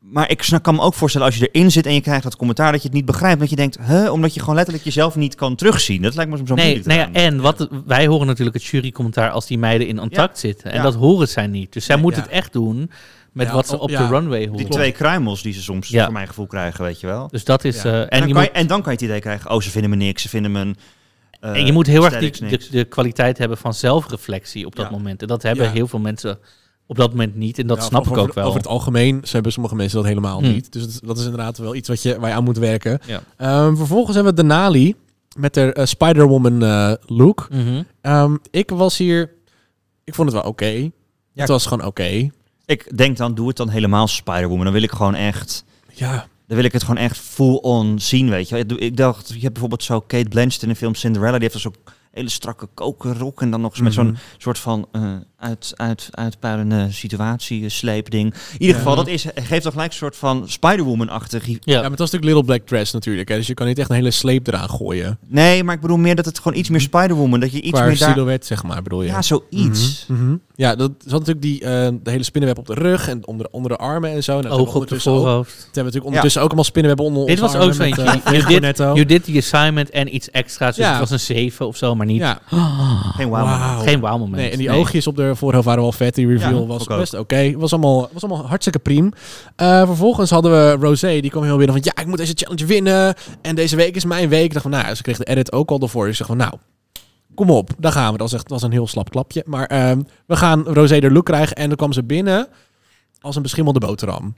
Maar ik kan me ook voorstellen als je erin zit en je krijgt dat commentaar dat je het niet begrijpt. Dat je denkt, omdat je gewoon letterlijk jezelf niet kan terugzien. Dat lijkt me zo moeilijk. Wij horen natuurlijk het jurycommentaar als die meiden in Untucked zitten. En dat horen zij niet. Dus zij moeten het echt doen met wat ze op de runway horen. Die 2 kruimels die ze soms voor mijn gevoel krijgen, weet je wel. Dus dat is... En dan kan je het idee krijgen, ze vinden me niks, ze vinden me... en je moet heel erg de kwaliteit hebben van zelfreflectie op dat moment. En dat hebben heel veel mensen op dat moment niet. En dat snap ik ook wel. Over het algemeen hebben sommige mensen dat helemaal niet. Dus dat is inderdaad wel iets waar je aan moet werken. Ja. Vervolgens hebben we Denali met haar Spider-Woman look. Mm-hmm. Ik vond het wel oké. Ja. Het was gewoon oké. Ik denk dan, doe het dan helemaal Spider-Woman. Dan wil ik gewoon echt... Ja. Dan wil ik het gewoon echt full-on zien, weet je. Ik dacht, je hebt bijvoorbeeld zo Kate Blanchett in de film Cinderella. Die heeft zo'n hele strakke kokerrok en dan nog eens met zo'n soort van uitpuilende situatie, sleepding. In ieder geval, dat geeft toch gelijk een soort van Spider-Woman-achtig. Ja, maar het was natuurlijk Little Black Dress natuurlijk. Hè? Dus je kan niet echt een hele sleep eraan gooien. Nee, maar ik bedoel meer dat het gewoon iets meer Spider-Woman, dat je iets qua meer silhouet, zeg maar, bedoel je? Ja, zoiets. Mm-hmm. Mm-hmm. Ja, dat zat natuurlijk de hele spinnenweb op de rug en onder de armen en zo. Nou, oog op de voorhoofd. Het hebben natuurlijk ondertussen ook allemaal spinnenwebben onder Dit was ook zo'n je did the assignment en iets extra's. Dus het was een 7 of zo, maar niet... Ja. Geen wow. Geen wow moment. Nee, en die oogjes op de voorhoofd waren wel vet. Die reveal was best oké. Was allemaal hartstikke priem. Vervolgens hadden we Rosé. Die kwam heel binnen van... Ja, ik moet deze challenge winnen. En deze week is mijn week. Ik dacht van... ze kreeg de edit ook al ervoor. Dus ik zeg van... kom op. Daar gaan we. Dat was een heel slap klapje. Maar we gaan Rosé de look krijgen. En dan kwam ze binnen als een beschimmelde boterham.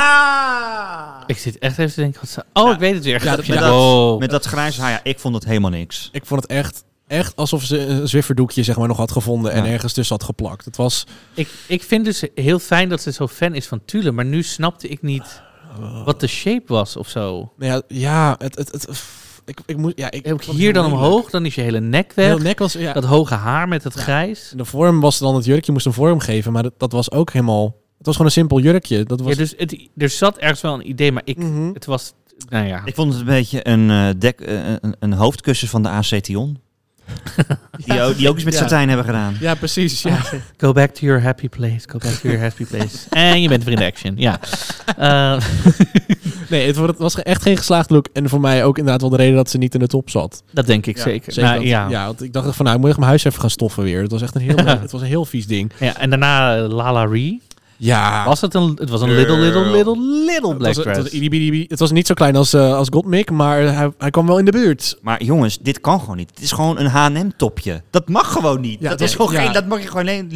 Ik zit echt even te denken... ik weet het weer. Met dat grijze haar. Ja, ik vond het helemaal niks. Ik vond het echt alsof ze een zwifferdoekje zeg maar nog had gevonden en ergens tussen had geplakt. Het was... Ik vind dus heel fijn dat ze zo fan is van Tule, maar nu snapte ik niet wat de shape was of zo. Ik moet hier dan omhoog, dan is je hele nek weg. Heel nek was, dat hoge haar met het grijs. De vorm was dan het jurkje moest een vorm geven, maar dat was ook helemaal... Het was gewoon een simpel jurkje. Dat was... Ja, dus er zat ergens wel een idee, maar het was... Nou ja. Ik vond het een beetje een hoofdkussen van de AC Tion. Die ook eens met satijn hebben gedaan. Ja, precies. Ja. Go back to your happy place. Go back to your happy place. En je bent weer in de action. Ja. Nee, het was echt geen geslaagd look. En voor mij ook inderdaad wel de reden dat ze niet in de top zat. Dat denk ik zeker. Want ik dacht van, ik moet echt mijn huis even gaan stoffen weer. Het was echt een heel vies ding. Ja, en daarna Lala Ree. Ja. Het was een little black dress. Het was niet zo klein als Gottmik, maar hij kwam wel in de buurt. Maar jongens, dit kan gewoon niet. Het is gewoon een H&M topje. Dat mag gewoon niet. Ja, dat mag je gewoon alleen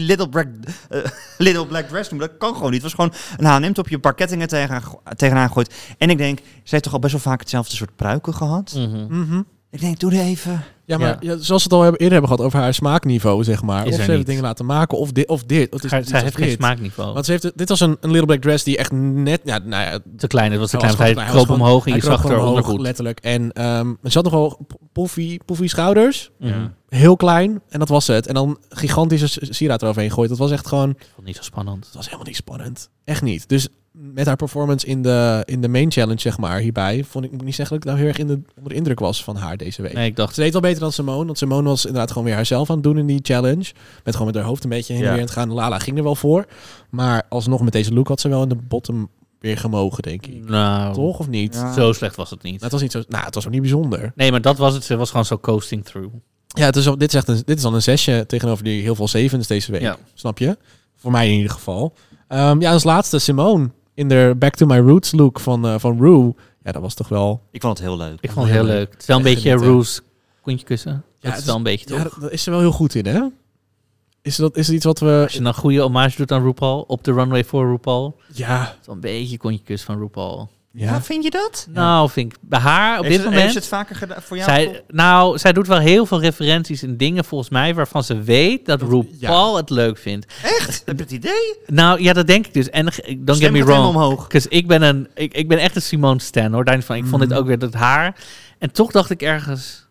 little black dress noemen. Dat kan gewoon niet. Het was gewoon een H&M topje, een paar kettingen tegenaan gegooid. En ik denk, ze heeft toch al best wel vaak hetzelfde soort pruiken gehad? Mm-hmm. Ik denk, doe er even... Ja, maar zoals we het al eerder hebben gehad over haar smaakniveau, zeg maar. Of ze heeft dingen laten maken, of dit. Zij heeft geen smaakniveau. Want dit was een Little Black Dress die echt net... te klein. Het was te klein. Hij kroop omhoog en je zag er ondergoed. Letterlijk. En ze had nog wel puffy schouders. Ja. Heel klein. En dat was het. En dan gigantische sieraad eroverheen gooit. Dat was echt gewoon... Ik vond het niet zo spannend. Het was helemaal niet spannend. Echt niet. Dus met haar performance in de main challenge, zeg maar, hierbij, moet ik niet zeggen dat ik nou heel erg onder de indruk was van haar deze week. Nee, ik dacht... Ze deed wel beter dan Simone, want Simone was inderdaad gewoon weer haarzelf aan het doen in die challenge. Met haar hoofd een beetje heen en weer aan het gaan. Lala ging er wel voor. Maar alsnog met deze look had ze wel in de bottom weer gemogen, denk ik. Nou, toch of niet? Ja. Zo slecht was het niet. Nou, het was niet zo. Nou, het was ook niet bijzonder. Nee, maar dat was het. Ze was gewoon zo coasting through. Ja, dit is dan een 6 tegenover die heel veel 7's deze week. Ja. Snap je? Voor mij in ieder geval. Als laatste Simone in de Back to My Roots look van Rue. Ja, dat was toch wel... Ik vond het heel leuk. Ik vond het heel leuk. Het is wel een beetje Rue's kontje kussen. Ja, dat is wel een beetje toch? Ja, daar is ze wel heel goed in, hè? Is het iets wat we... Als je een goede hommage doet aan RuPaul, op de runway voor RuPaul. Ja. Het is wel een beetje kontje kus van RuPaul. Ja, vind je dat? Nou, vind ik bij haar op dit moment... Heeft ze het vaker gedaan voor jou? Zij doet wel heel veel referenties in dingen volgens mij waarvan ze weet dat RuPaul het leuk vindt. Echt? Heb je het idee? Nou, ja, dat denk ik dus. En don't get me wrong. Dus ik ben echt een Simone stan, hoor. Daarin van, ik vond dit ook weer dat haar. En toch dacht ik ergens...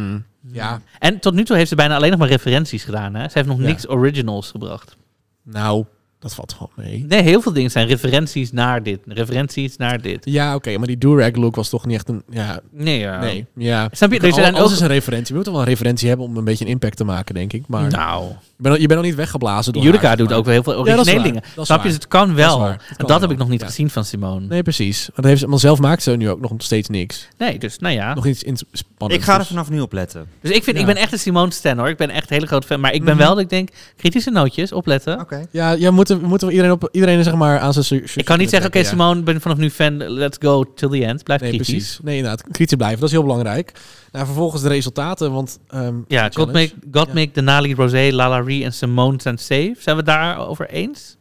Ja. En tot nu toe heeft ze bijna alleen nog maar referenties gedaan, hè? Ze heeft nog niks originals gebracht. Nou... Dat valt gewoon mee. Nee, heel veel dingen zijn referenties naar dit. Ja, oké, maar die do-rag look was toch niet echt een... Ja, Nee, ja. nee. Ja. Snap je? Er zijn Alles ook... is een referentie. We moeten wel een referentie hebben om een beetje een impact te maken, denk ik. Maar Nou, je bent nog niet weggeblazen door Judica haar, doet maar- ook wel heel veel Ja, dat is originele waar. dingen. Dat is Snap je? waar. Dus het kan wel. Dat is waar. Het En kan dat wel. heb ik nog niet Ja. gezien van Simone. Nee, precies. Maar, maar zelf maakt ze nu ook nog steeds niks. Nee, dus nou ja. Nog iets spannends. Ik ga er dus- vanaf nu op letten. Dus ik Ja. ben echt een Simone stan hoor. Ik ben echt een hele grote fan. Maar ik ben Mhm. wel dat ik denk, kritische nootjes, opletten. Oké. Ja, moeten we iedereen zeg maar aan zijn... Ik kan niet zeggen, oké, Simone, ben vanaf nu fan. Let's go till the end. Blijf Nee, kritisch. precies. Nee, inderdaad. Kritisch blijven. Dat is heel belangrijk. Nou, vervolgens de resultaten, want... Ja, challenge. Gottmik, Denali, Rosé, Lala Ree en Simone zijn safe. Zijn we daarover eens?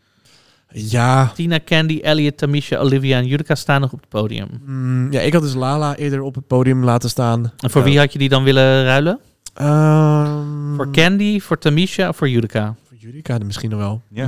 Ja. Tina, Candy, Elliot, Tamisha, Olivia en Judica staan nog op het podium. Ja, ik had dus Lala eerder op het podium laten staan. En voor wie had je die dan willen ruilen? Ehm, Voor Candy, voor Tamisha of voor Judica? Voor Judica misschien nog wel. Ja.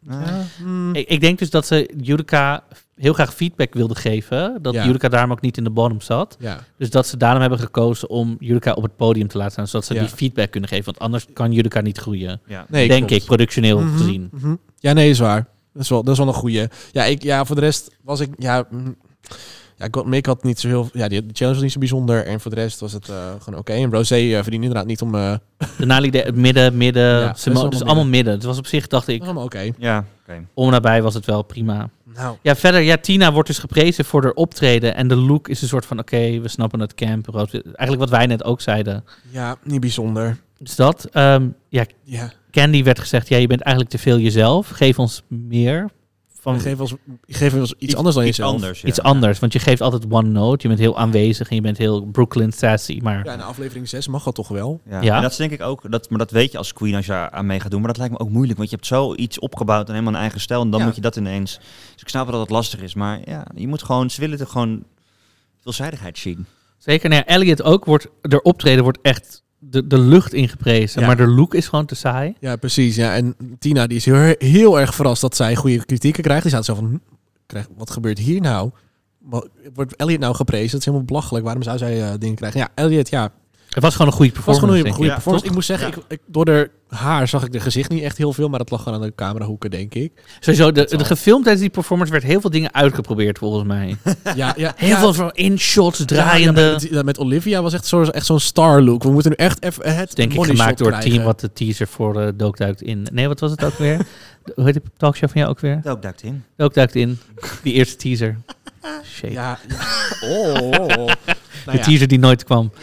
Ik denk dus dat ze Judica heel graag feedback wilde geven. Dat Ja. Judica daarom ook niet in de bottom zat. Ja. Dus dat ze daarom hebben gekozen om Judica op het podium te laten staan. Zodat ze Ja. die feedback kunnen geven. Want anders kan Judica niet groeien. Ja. Nee, denk klopt. ik, productioneel Mhm, gezien. mhm. Ja, nee, is waar. Dat is wel een goeie. Ja, voor de rest was ik... Ja, Gottmik had niet zo heel... Ja, die challenge was niet zo bijzonder. En voor de rest was het gewoon oké. En Rosé verdient inderdaad niet om... Denali, het midden. Ja, dat is Simone, allemaal dus allemaal midden. Het was op zich, dacht ik, allemaal oké. Ja, oké. om en nabij was het wel prima. Nou, Ja, verder, ja, Tina wordt dus geprezen voor haar optreden. En de look is een soort van, oké, we snappen het camp. Eigenlijk wat wij net ook zeiden. ja, niet bijzonder. Dus dat. Ja, Ja. Candy werd gezegd, ja, je bent eigenlijk te veel jezelf. Geef ons meer. Van Geef ons iets anders dan Iets jezelf. anders, ja. iets anders. Want je geeft altijd one note. Je bent heel aanwezig en je bent heel Brooklyn sassy. Maar Ja, in aflevering 6 mag dat toch wel? Ja. Ja. En dat is denk ik ook, maar dat weet je als queen als je aan mee gaat doen. Maar dat lijkt me ook moeilijk, want je hebt zoiets opgebouwd en helemaal een eigen stijl. En dan Ja. moet je dat ineens... Dus ik snap wel dat het lastig is, maar ja, je moet gewoon, ze willen er gewoon veelzijdigheid zien. zeker, nou ja, Elliot ook. De optreden wordt echt de lucht ingeprezen. Ja. Maar de look is gewoon te saai. Ja, precies. Ja. En Tina die is heel erg verrast dat zij goede kritieken krijgt. Die staat zo van, wat gebeurt hier nou? Wordt Elliot nou geprezen? Dat is helemaal belachelijk. Waarom zou zij dingen krijgen? Ja, Elliot, ja. Het was gewoon een goede Het was performance. gewoon een goede Ja, performance. toch? Ik moet zeggen, door de haar zag ik de gezicht niet echt heel veel. Maar dat lag gewoon aan de camerahoeken, denk ik. Sowieso, Dat de zal. gefilmd tijdens die performance werd heel veel dingen uitgeprobeerd, volgens mij. Ja, Heel veel van in-shots, draaiende. Ja, met Olivia was echt zo'n star look. We moeten nu echt even het Denk ik money gemaakt shot door het team krijgen. wat de teaser voor Dook duikt in. Nee, wat was het ook weer? Hoe heet die talkshow van jou ook weer? Dat ook duikt in. Dook duikt in. Die eerste teaser. Shit. Ja. Nou De ja. teaser die nooit kwam.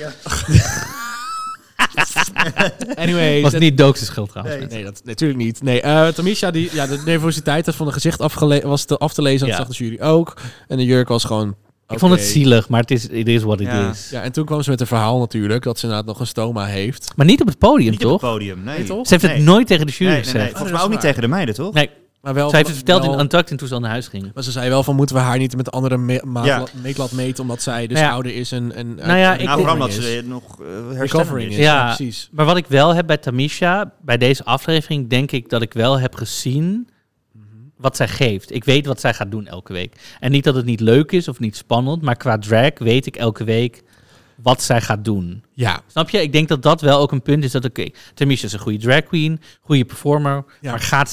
Anyway. Was niet Dook's schuld trouwens. Nee, dat natuurlijk niet. Nee, Tamisha, de nervositeit van het gezicht was af te lezen. Dat Ja. zag de jury ook. En de jurk was gewoon... Ik vond het oké. zielig, maar het is wat het Ja. is. Ja, en toen kwam ze met het verhaal natuurlijk. Dat ze inderdaad nog een stoma heeft. Maar niet op het podium, Niet op toch? het podium, nee. Nee, toch? Ze heeft het Nee. nooit tegen de jury Nee, gezegd. Volgens dat mij is ook niet waar. tegen de meiden, toch? Nee, Maar wel, zij heeft het verteld wel- in Untucked en toen ze al naar huis ging. Maar ze zei wel van, moeten we haar niet met andere Ja. meetlat meten... omdat zij dus Nou ja. ouder is en Nou ja, ik Nou, vooral omdat is. ze nog Recovering herstelling is. is. Ja. precies. Maar wat ik wel heb bij Tamisha, bij deze aflevering, denk ik dat ik wel heb gezien wat zij geeft. Ik weet wat zij gaat doen elke week. En niet dat het niet leuk is of niet spannend, maar qua drag weet ik elke week wat zij gaat doen. Ja. Snap je? Ik denk dat dat wel ook een punt is dat, oké, Tamisha is een goede drag queen, goede performer, Ja. maar gaat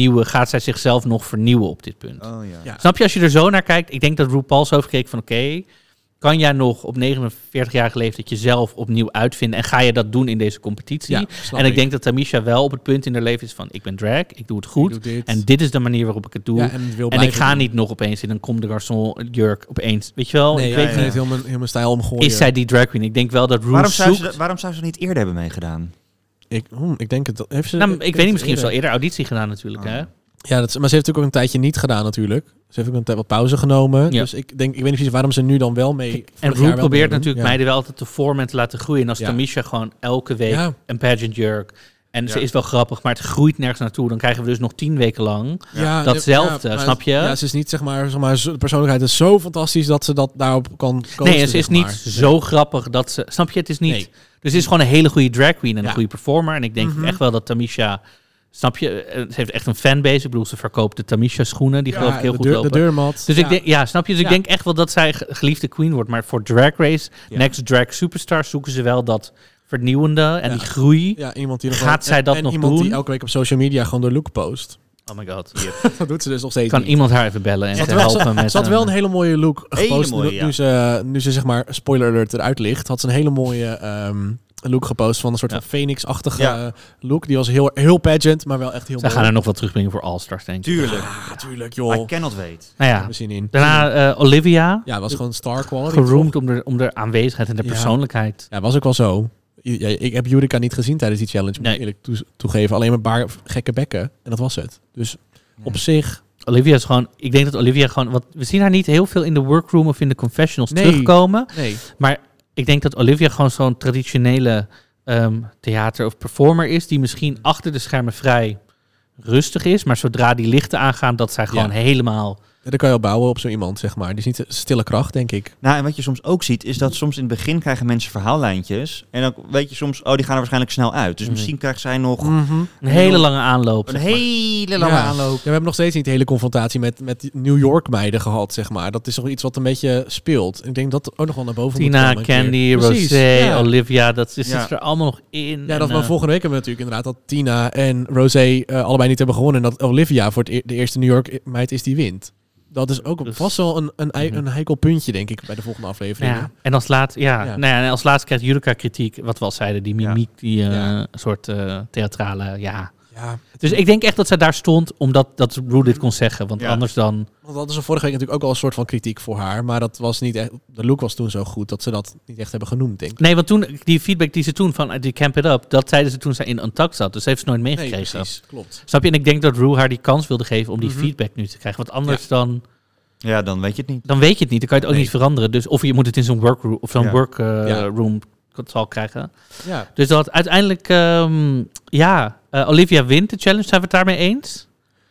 zij zichzelf nog vernieuwen op dit punt? Oh ja. Ja. Snap je, als je er zo naar kijkt, ik denk dat RuPaul zo heeft gekeken van, oké, kan jij nog op 49-jarige leeftijd jezelf opnieuw uitvinden en ga je dat doen in deze competitie? Ja, snap En ik denk dat Tamisha wel op het punt in haar leven is van, ik ben drag, ik doe het goed Ik doe dit. en dit is de manier waarop ik het doe. Ja, en wil en ik blijven ga doen. niet nog opeens in een Comme des Garçons jurk opeens, weet je wel? Nee, ik ja, weet ja, niet, heel mijn stijl omgooien. is zij die drag queen? Ik denk wel dat Ru zoekt... Waarom zou ze niet eerder hebben meegedaan? Ik denk het. Heeft ze, Nou, ik weet niet, misschien heeft ze eerder. al eerder auditie gedaan natuurlijk, Oh. hè? Ja, maar ze heeft natuurlijk ook een tijdje niet gedaan natuurlijk. Ze heeft ook een tijd wat pauze genomen. Ja. Dus ik weet niet precies waarom ze nu dan wel mee... En vorig jaar Ru wel probeert meedoen. natuurlijk Ja. meiden wel altijd te vormen en te laten groeien. En als Ja. Tamisha gewoon elke week Ja. een pageant jurk... En ze Ja. is wel grappig, maar het groeit nergens naartoe. Dan krijgen we dus nog 10 weken lang Ja, datzelfde, maar- snap je? Ja, ze is niet, zeg maar, de persoonlijkheid is zo fantastisch dat ze dat daarop kan coachen, Nee, en ze is zeg maar. niet zo grappig dat ze... Snap je, het is niet... Nee. Dus het is gewoon een hele goede drag queen en een Ja. goede performer. En ik denk echt wel dat Tamisha... Snap je? Ze heeft echt een fanbase. Ik bedoel, ze verkoopt de Tamisha schoenen. Die geloof ik heel de goed deur, lopen. de deurmat. Dus ik denk, ja, snap je? Dus Ja. ik denk echt wel dat zij geliefde queen wordt. Maar voor Drag Race, Ja. Next Drag Superstar, zoeken ze wel dat vernieuwende en Ja. die groei. Ja, iemand die nog Gaat zij dat en nog iemand doen? die elke week op social media gewoon de look post. Oh my god. Dat doet ze dus nog steeds Kan niet. iemand haar even bellen en te helpen met... Ze had wel een hele mooie look gepost. mooie, ja. Nu ze zeg maar, spoiler alert, eruit ligt. Had ze een hele mooie look gepost van een soort van Phoenix-achtige look. Die was heel pageant, maar wel echt heel Zij mooi. gaan er nog wat terugbrengen voor All-Stars, denk ik. Tuurlijk. Ja, tuurlijk, joh. I cannot wait. Nou Daar ja, hebben we zin in. daarna Olivia. Ja, het was gewoon star quality. Geroemd om de aanwezigheid en de Ja. persoonlijkheid. Ja, was ook wel zo. Ja, ik heb Jurika niet gezien tijdens die challenge, moet ik Nee. eerlijk toegeven. Alleen maar een paar gekke bekken. En dat was het. Dus op zich... Olivia is gewoon... Ik denk dat Olivia gewoon... we zien haar niet heel veel in de workroom of in de confessionals terugkomen. Nee. Maar ik denk dat Olivia gewoon zo'n traditionele theater of performer is. Die misschien achter de schermen vrij rustig is. Maar zodra die lichten aangaan, dat zij gewoon helemaal... Ja, dan kan je al bouwen op zo iemand, zeg maar. Die is niet een stille kracht, denk ik. Nou, en wat je soms ook ziet, is dat soms in het begin krijgen mensen verhaallijntjes. En dan weet je soms, die gaan er waarschijnlijk snel uit. Dus misschien krijgt zij nog Een hele lange aanloop. een zeg maar. hele lange aanloop. Ja, we hebben nog steeds niet de hele confrontatie met die New York meiden gehad, zeg maar. Dat is toch iets wat een beetje speelt. Ik denk dat er ook nog wel naar boven moet Tina, komen. een keer. Candy, Precies, Rosé, ja. Olivia, dat zit Ja. er allemaal nog in. Ja, dat En, we volgende week hebben we natuurlijk inderdaad dat Tina en Rosé allebei niet hebben gewonnen. En dat Olivia voor de eerste New York meid is die wint. Dat is ook Dus- vast wel een heikel puntje, denk ik, bij de volgende aflevering. ja. En als laatste, Ja. Nou ja, en als laatste krijgt Jurika kritiek, wat we al zeiden, die mimiek, die Ja. soort theatrale, Ja, Dus ik denk echt dat zij daar stond omdat dat Rue dit kon zeggen, want anders dan... want dat is er vorige week natuurlijk ook al een soort van kritiek voor haar. Maar dat was niet echt, de look was toen zo goed dat ze dat niet echt hebben genoemd, denk ik. Nee, want toen, die feedback die ze toen van die Camp It Up, dat zeiden ze toen zij in Untucked zat, dus heeft ze nooit meegekregen. precies, klopt. Snap je? En ik denk dat Rue haar die kans wilde geven om die feedback nu te krijgen, want anders Ja, dan weet je het niet. dan weet je het niet, dan kan je het ook Nee. niet veranderen. Dus of je moet het in zo'n workroom of zo'n Ja. workroom zal krijgen. Ja. Dus dat uiteindelijk, Olivia wint de challenge. Zijn we het daarmee eens?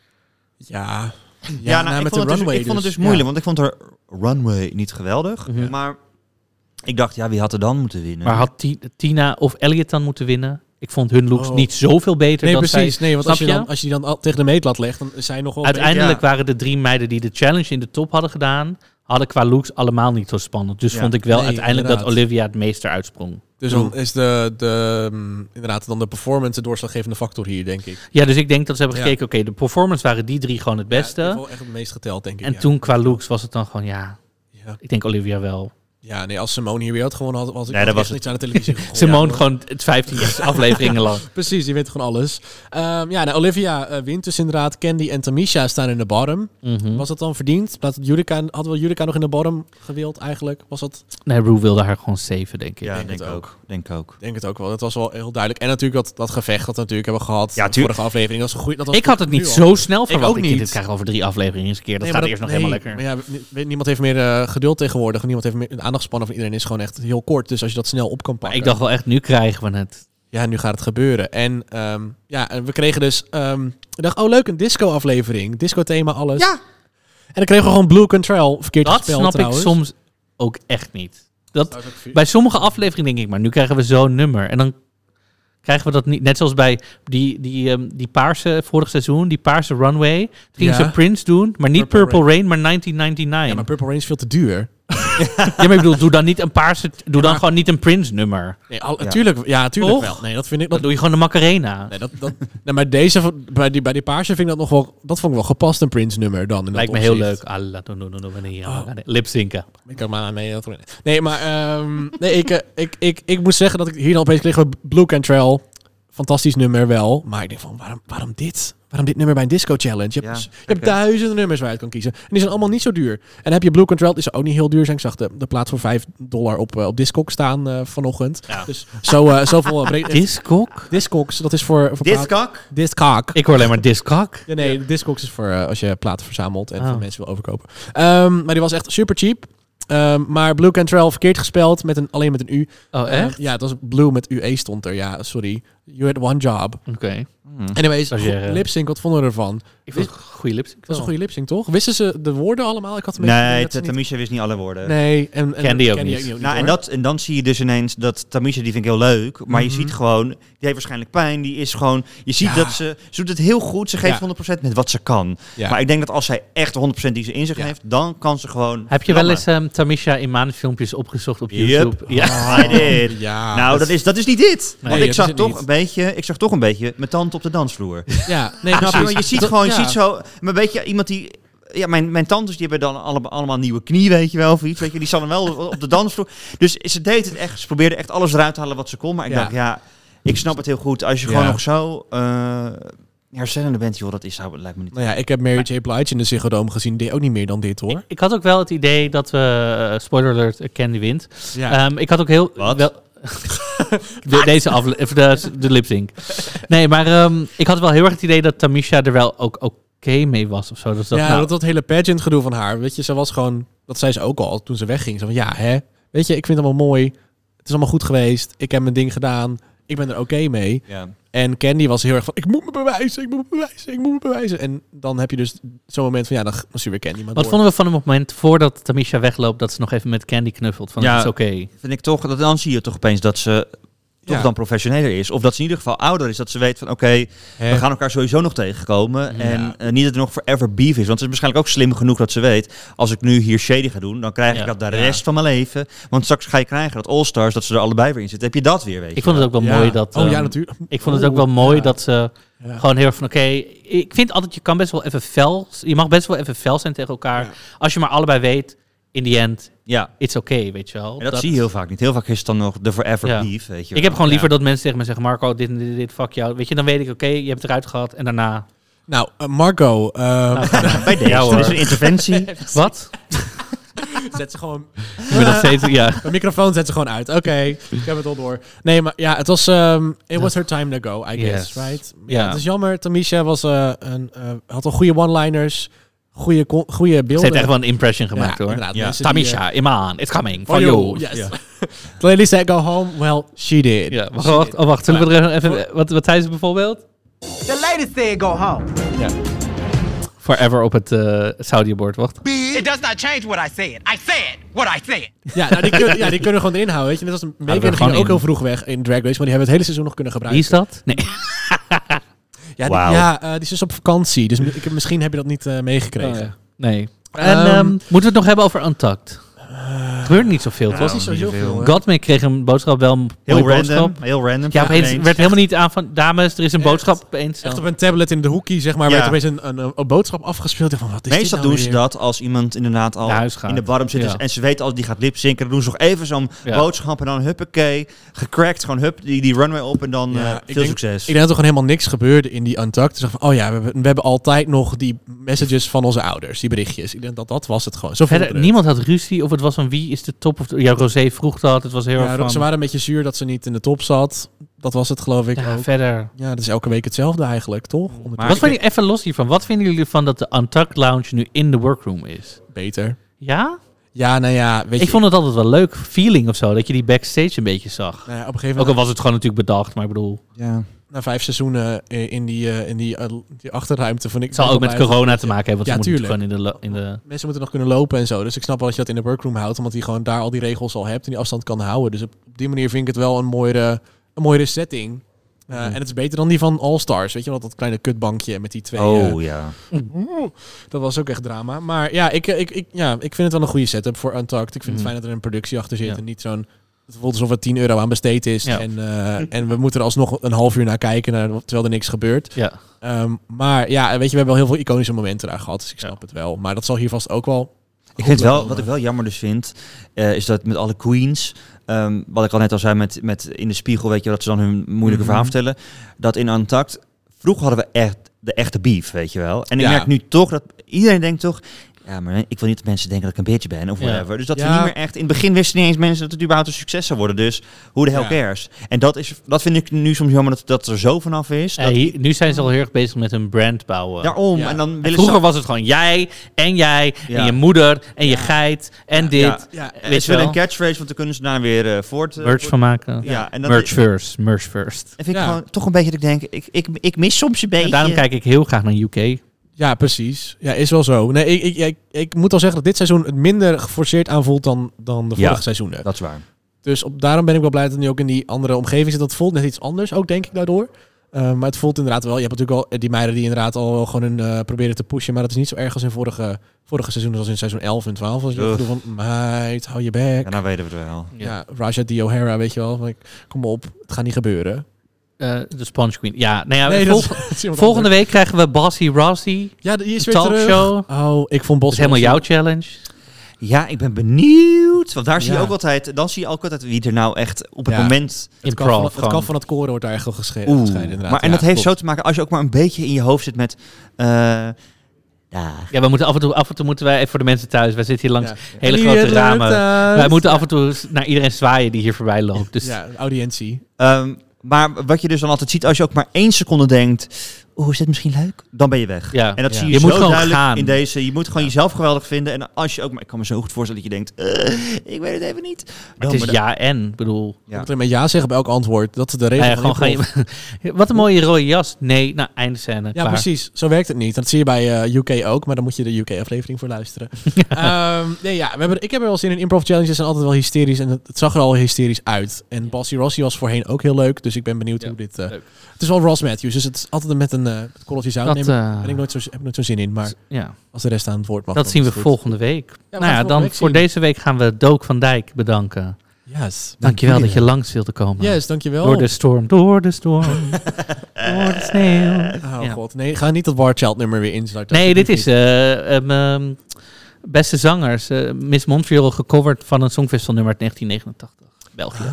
Ja. Ja, nou, met ik vond de runway. het dus moeilijk, want ik vond haar runway niet geweldig. Mhm. Maar ik dacht, wie had er dan moeten winnen? Maar had Tina of Elliot dan moeten winnen? Ik vond hun looks Oh. niet zoveel beter Nee, dan precies. zij. Nee, want Snap als je die dan tegen de meetlat legt, dan is zij nog wel... Uiteindelijk Ja. waren de 3 meiden die de challenge in de top hadden gedaan, hadden qua looks allemaal niet zo spannend. Dus Ja. vond ik wel Nee, uiteindelijk inderdaad. dat Olivia het meest eruit sprong. Dus dan is inderdaad dan de performance de doorslaggevende factor hier, denk ik. Ja, dus ik denk dat ze hebben Ja. gekeken, oké, de performance waren die 3 gewoon het beste. Ja, die heeft wel echt het meest geteld, denk ik. En ja. toen qua looks was het dan gewoon, Ja. ik denk Olivia wel. Ja, nee, als Simone hier weer had gewonnen, was ik Nee, dat echt was niks aan de televisie gegooid. Simone Ja, gewoon het 15 afleveringen lang. Precies, die wint gewoon alles. Olivia wint dus inderdaad. Candy en Tamisha staan in de bottom. Mhm. Was dat dan verdiend? Hadden we Jurika nog in de bottom gewild eigenlijk? Was dat? Nee, Rue wilde haar gewoon saven, denk ik. ja, denk denk het ook. ook. Denk ook. Ik denk het ook wel. Dat was wel heel duidelijk. En natuurlijk dat gevecht dat we natuurlijk hebben gehad. Ja, de vorige aflevering. Dat was een goeie, dat was Ik had het niet nu al. zo snel verwacht. ook Ik niet. dit krijg over 3 afleveringen eens een keer. Dat Nee, gaat maar eerst nog helemaal lekker. Maar ja, niemand heeft meer geduld tegenwoordig. Niemand heeft meer, de aandachtspannen van iedereen is gewoon echt heel kort. Dus als je dat snel op kan Maar pakken. ik dacht wel echt, nu krijgen we het. Ja, nu gaat het gebeuren. En en we kregen dus... ik dacht, leuk, een disco-aflevering. Disco-thema, alles. Ja. En dan kregen we gewoon Blue Control verkeerd Dat gespeeld snap trouwens. ik soms ook echt niet. Dat is ook Bij sommige afleveringen denk ik, maar nu krijgen we zo'n nummer. En dan krijgen we dat niet. Net zoals bij die paarse vorig seizoen, die paarse runway. Gingen Ja. ze Prince doen, maar niet Purple Purple Rain, maar 1999. Ja, maar Purple Rain is veel te duur. Ja, maar ik bedoel, doe dan niet een paarse... Doe dan maar- gewoon niet een Prince nummer. Nee, tuurlijk Toch? wel. Nee, dat vind ik... Dan doe je gewoon de Macarena. Nee, nee, maar deze, bij die paarse vind ik dat nog wel... Dat vond ik wel gepast, een Prince nummer dan. In Lijkt me dat heel opzicht. leuk. Allah, lipzinken. Ik kan maar mee. Nee, maar ik moet zeggen dat ik hier dan opeens kreeg we Blue Cantrell. Fantastisch nummer wel. Maar ik denk van, waarom dit? Waarom dit nummer bij een disco challenge? Je hebt duizenden nummers waar je uit kan kiezen. En die zijn allemaal niet zo duur. En dan heb je Blue Cantrell, die is ook niet heel duur zijn. Ik zag de plaat voor $5 op Discogs staan vanochtend. Ja. Dus zoveel... Discog? Discogs, dat is voor Discog? Discog. Ik hoor alleen maar Discog. Ja, nee, Discogs is voor als je platen verzamelt en Oh. van mensen wil overkopen. Maar die was echt super cheap. Maar Blue Cantrell verkeerd gespeld, alleen met een U. Oh, echt? Ja, het was Blue met UE stond er. Ja, sorry. You had one job. Oké. Anyways, Stagiaire. lip sync, wat vonden we ervan? Ik vond het goede lipsync. Dat was een goede lipsync, toch? Wisten ze de woorden allemaal? Ik had een Nee, beetje dat ze niet- Tamisha wist niet alle woorden. Nee, en Candy ook niet. Nou, en dan zie je dus ineens dat Tamisha, die vind ik heel leuk. Maar je ziet gewoon, die heeft waarschijnlijk pijn. Die is gewoon, je ziet dat ze doet het heel goed. Ze geeft 100% met wat ze kan. Ja. Maar ik denk dat als zij echt 100% die ze in zich heeft, dan kan ze gewoon... Heb je wel eens Tamisha in maandfilmpjes opgezocht op YouTube? Yep. Ja. I did. Ja, Nou, dat is niet dit. Nee, Want dat ik zag is het toch niet. ik zag toch een beetje mijn tand op de dansvloer. Ja, nee, Snap je? precies. Want je ziet Dat- gewoon, je ja. ziet zo, een beetje iemand die... Ja, mijn tantes die hebben dan allemaal nieuwe knie, weet je wel, of iets. Weet je, die staan wel op de dansvloer. Dus ze deed het echt, ze probeerde echt alles eruit te halen wat ze kon. Maar ik dacht, ik snap het heel goed. Als je gewoon nog zo herstellende bent, joh, lijkt me niet. Nou ja, ik heb Mary J. Blige in de Ziggo Dome gezien. Die deed ook niet meer dan dit, hoor. Ik had ook wel het idee dat we, spoiler alert, Candy wint. Ja. Ik had ook heel... Wat? Wel, deze aflevering, de lip sync. Nee, maar ik had wel heel erg het idee dat Tamisha er wel ook oké mee was of zo. Dus dat, Ja, dat hele pageant gedoe van haar. Weet je, ze was gewoon... Dat zei ze ook al toen ze wegging. Zo van, ja, hè. Weet je, ik vind het allemaal mooi. Het is allemaal goed geweest. Ik heb mijn ding gedaan. Ik ben er oké mee. Ja. En Candy was heel erg van, ik moet me bewijzen. En dan heb je dus zo'n moment van, ja, dan stuur weer Candy maar Wat door. vonden we van het moment voordat Tamisha wegloopt, dat ze nog even met Candy knuffelt? Van, Ja. dat is oké. Vind ik toch, dan zie je toch opeens dat ze toch dan professioneler is. Of dat ze in ieder geval ouder is. Dat ze weet van, oké, we gaan elkaar sowieso nog tegenkomen. Ja. En niet dat er nog forever beef is. Want het is waarschijnlijk ook slim genoeg dat ze weet, als ik nu hier shady ga doen, dan krijg ik dat de rest van mijn leven. Want straks ga je krijgen dat All-Stars, dat ze er allebei weer in zitten. Heb je dat weer, weet je. Ik vond het ook wel mooi dat... natuurlijk. Ik vond het ook wel mooi dat ze gewoon heel erg van, oké, ik vind altijd, je kan best wel even fel... Je mag best wel even fel zijn tegen elkaar. Ja. Als je maar allebei weet, in the end, Ja. it's okay, weet je wel. En dat zie je heel vaak niet. Heel vaak is het dan nog de forever beef, weet je. Ik heb gewoon liever dat mensen tegen me zeggen, Marco, dit, fuck jou. Weet je, dan weet ik, oké, je hebt het eruit gehad en daarna... Nou, Marco. bij deze. Ja, hoor. Er is een interventie. Wat? Zet ze gewoon... Ik ben nog steeds, ja. De microfoon zet ze gewoon uit. Oké, ik heb het al door. Nee, maar ja, het was... it was her time to go, I guess, Yes. right? Ja. Het is jammer. Tamisha was, had al goede one-liners. Goede beelden. Ze heeft echt wel een impression gemaakt, hoor. inderdaad. Ja. Mensen die, Tamisha, Iman, it's coming, for for you. Yes. Ja. The lady said go home. Well, she did. Ja, wacht. Zullen we er even... Wat zei ze bijvoorbeeld? The lady said go home. Forever op het Saudi-board, wacht. It does not change what I said. I said what I said. Ja, nou, die kunnen gewoon erin houden, weet je. Net als een er Megan ging gewoon ook in. heel vroeg weg in Drag Race, maar die hebben het hele seizoen nog kunnen Wie gebruiken. is dat? Nee. Ja, Wauw. die is dus op vakantie. Dus misschien heb je dat niet meegekregen. Nee. En moeten we het nog hebben over Untucked? Er gebeurt niet zoveel, Het was toch? niet zo heel veel. hè? Godmik kreeg een boodschap, wel een Heel mooie random. boodschap. Heel random. Ja, opeens werd helemaal niet aan van, dames, er is een boodschap opeens. Echt op een tablet in de hoekie, zeg maar, Ja. werd opeens een boodschap afgespeeld. Van, wat is dit Meestal nou doen ze weer? dat als iemand inderdaad al Naar huis gaat. in de bottom zit Ja. en ze weten als die gaat lipzinken, dan doen ze nog even zo'n Ja. boodschap en dan huppakee, gecrackt, gewoon hup, die runway op en dan Ja, ik veel denk- succes. Ik denk dat er gewoon helemaal niks gebeurde in die Untucked. Ze zeggen van, oh ja, we hebben altijd nog die messages van onze ouders, die berichtjes. Ik denk dat was het gewoon. Zo voelde Verder, het. niemand had ruzie, of het was van wie is de top, of ja, Rosé vroeg dat, het was heel erg Ja, van... ze waren een beetje zuur dat ze niet in de top zat. Dat was het, geloof ik. Ja, ook. verder. Ja, dat is elke week hetzelfde eigenlijk, toch? Wat vind je, even los hiervan, wat vinden jullie van dat de Untucked Lounge nu in de workroom is? Beter. Ja? Ja, nou ja, weet je... Ik vond het altijd wel leuk, feeling of zo, dat je die backstage een beetje zag. Nou ja, op een gegeven Ook al moment, was het gewoon natuurlijk bedacht, maar ik bedoel... Ja. na 5 seizoenen in die achterruimte, vond ik... Het zal ook met wel corona te maken hebben, want Ja, ze moeten tuurlijk. gewoon in de... Mensen moeten nog kunnen lopen en zo. Dus ik snap wel dat je dat in de workroom houdt, omdat je gewoon daar al die regels al hebt en die afstand kan houden. Dus op die manier vind ik het wel een mooiere setting. En het is beter dan die van All Stars. Weet je wel, dat kleine kutbankje met die twee... Oh ja. Dat was ook echt drama. Maar ja, ik vind het wel een goede setup voor Untucked. Ik vind het fijn dat er een productie achter zit Ja. en niet zo'n... Het voelt alsof er €10 aan besteed is. Ja. En we moeten er alsnog een half uur naar kijken, terwijl er niks gebeurt. Ja. Maar ja, weet je, we hebben wel heel veel iconische momenten daar gehad. Dus ik snap het wel. Maar dat zal hier vast ook wel... Ik vind wel, wat ik wel jammer dus vind, is dat met alle queens, wat ik al net al zei met in de spiegel, weet je, dat ze dan hun moeilijke verhaal vertellen, dat in Untucked, vroeger hadden we echt de echte beef, weet je wel. En ik Ja. merk nu toch dat iedereen denkt toch, ja, maar ik wil niet dat mensen denken dat ik een bitch ben of Ja. whatever. Dus dat we Ja. niet meer echt, in het begin wisten niet eens mensen dat het überhaupt een succes zou worden. Dus hoe de hell Ja. cares? En dat vind ik nu soms jammer dat er zo vanaf is. Dat, Nu zijn ze al heel erg bezig met hun brand bouwen. daarom. Ja. En dan En willen vroeger ze... was het gewoon jij en Ja. je moeder en je geit en dit. Ja. Ja, En Weet ze je willen wel? een catchphrase, want dan kunnen ze daar weer Merch van maken. Ja, en dat Merch first. En vind ik Ja. gewoon toch een beetje dat ik denk, ik mis soms een beetje... En daarom kijk ik heel graag naar UK. Ja, precies. Ja, is wel zo. Nee, ik moet al zeggen dat dit seizoen het minder geforceerd aanvoelt dan de vorige seizoenen. Dat is waar. Dus daarom ben ik wel blij dat het nu ook in die andere omgeving zit. Dat voelt net iets anders ook, denk ik, daardoor. Maar het voelt inderdaad wel... Je hebt natuurlijk al die meiden die inderdaad al wel gewoon proberen te pushen. Maar dat is niet zo erg als in vorige seizoenen, zoals in seizoen 11 en 12. Als je gevoel van, meid, hou je bek. Ja, nou weten we het wel. Ja, Raja D. O'Hara, weet je wel. Kom op, het gaat niet gebeuren. De Sponge Queen. Ja, nou ja, Nee, volgende week krijgen we Bossy Rossi. Ja, die is de weer terug. talkshow. Oh, ik vond Dat is helemaal jouw challenge. Ja, ik ben benieuwd. Want daar zie je Ja. ook altijd... Dan zie je ook altijd wie er nou echt op het moment... Het kaf van het koren wordt daar echt wel gescheiden. Inderdaad. Maar, en dat heeft zo te maken... Als je ook maar een beetje in je hoofd zit met... Ja, we moeten af en toe moeten wij, even voor de mensen thuis, wij zitten hier langs hele En grote hier ramen. thuis. Wij moeten af en toe naar iedereen zwaaien die hier voorbij loopt. Dus Ja, audiëntie. Maar wat je dus dan altijd ziet... Als je ook maar 1 seconde denkt... is dit misschien leuk? Dan ben je weg. Ja. En dat zie je, Je moet zo gewoon duidelijk gaan. in deze... Je moet gewoon jezelf geweldig vinden. En als je ook... Maar ik kan me zo goed voorstellen dat je denkt... ik weet het even niet. het is ja en, bedoel... Je moet er met ja zeggen bij elk antwoord. Dat is de regel van gewoon improv. Wat een mooie rode jas. Nee, nou, eindscène. Ja, klaar. precies. Zo werkt het niet. Dat zie je bij UK ook, maar dan moet je de UK-aflevering voor luisteren. Ik heb er wel zin in. Improv challenges zijn altijd wel hysterisch en het zag er al hysterisch uit. En Bossy Rossi was voorheen ook heel leuk, dus ik ben benieuwd hoe dit... het is wel Ross Matthews, dus het is altijd met een korreltje zout nemen. Heb ik nooit zo zin in, maar als de rest aan het woord mag... Dat zien we volgende week. Dan voor deze week gaan we Doak van Dijk bedanken. Yes. Dankjewel dat je langs wilde komen. Yes, dankjewel. Door de storm, door de sneeuw. Oh god, nee, ga niet dat War Child nummer weer instarten. Nee, dit is beste zangers. Miss Montreal gecoverd van een Songfestival nummer uit 1989. België.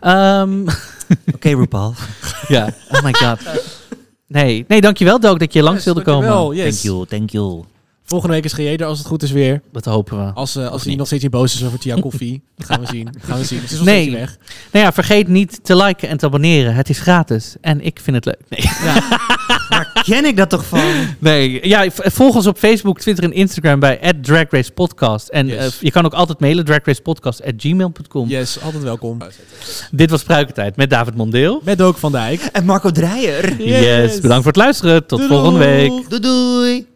Oké, RuPaul. Ja, oh my god. Nee, dankjewel Doak dat je langs wilde komen. Yes. Thank you. Volgende week is G.J. er als het goed is weer. Dat hopen we. Als hij nog steeds niet boos is over Tia Koffie. Dat gaan we zien. Het is nog steeds weg. Nou ja, vergeet niet te liken en te abonneren. Het is gratis. En ik vind het leuk. Nee. Ja. Waar ken ik dat toch van? Nee, ja, volg ons op Facebook, Twitter en Instagram bij @DragRacePodcast. En je kan ook altijd mailen, dragracepodcast@gmail.com. Yes, altijd welkom. Dit was Pruikentijd met David Mondeel. Met Doak van Dijk. En Marco Dreyer. Yes, bedankt voor het luisteren. Tot volgende week. Doei.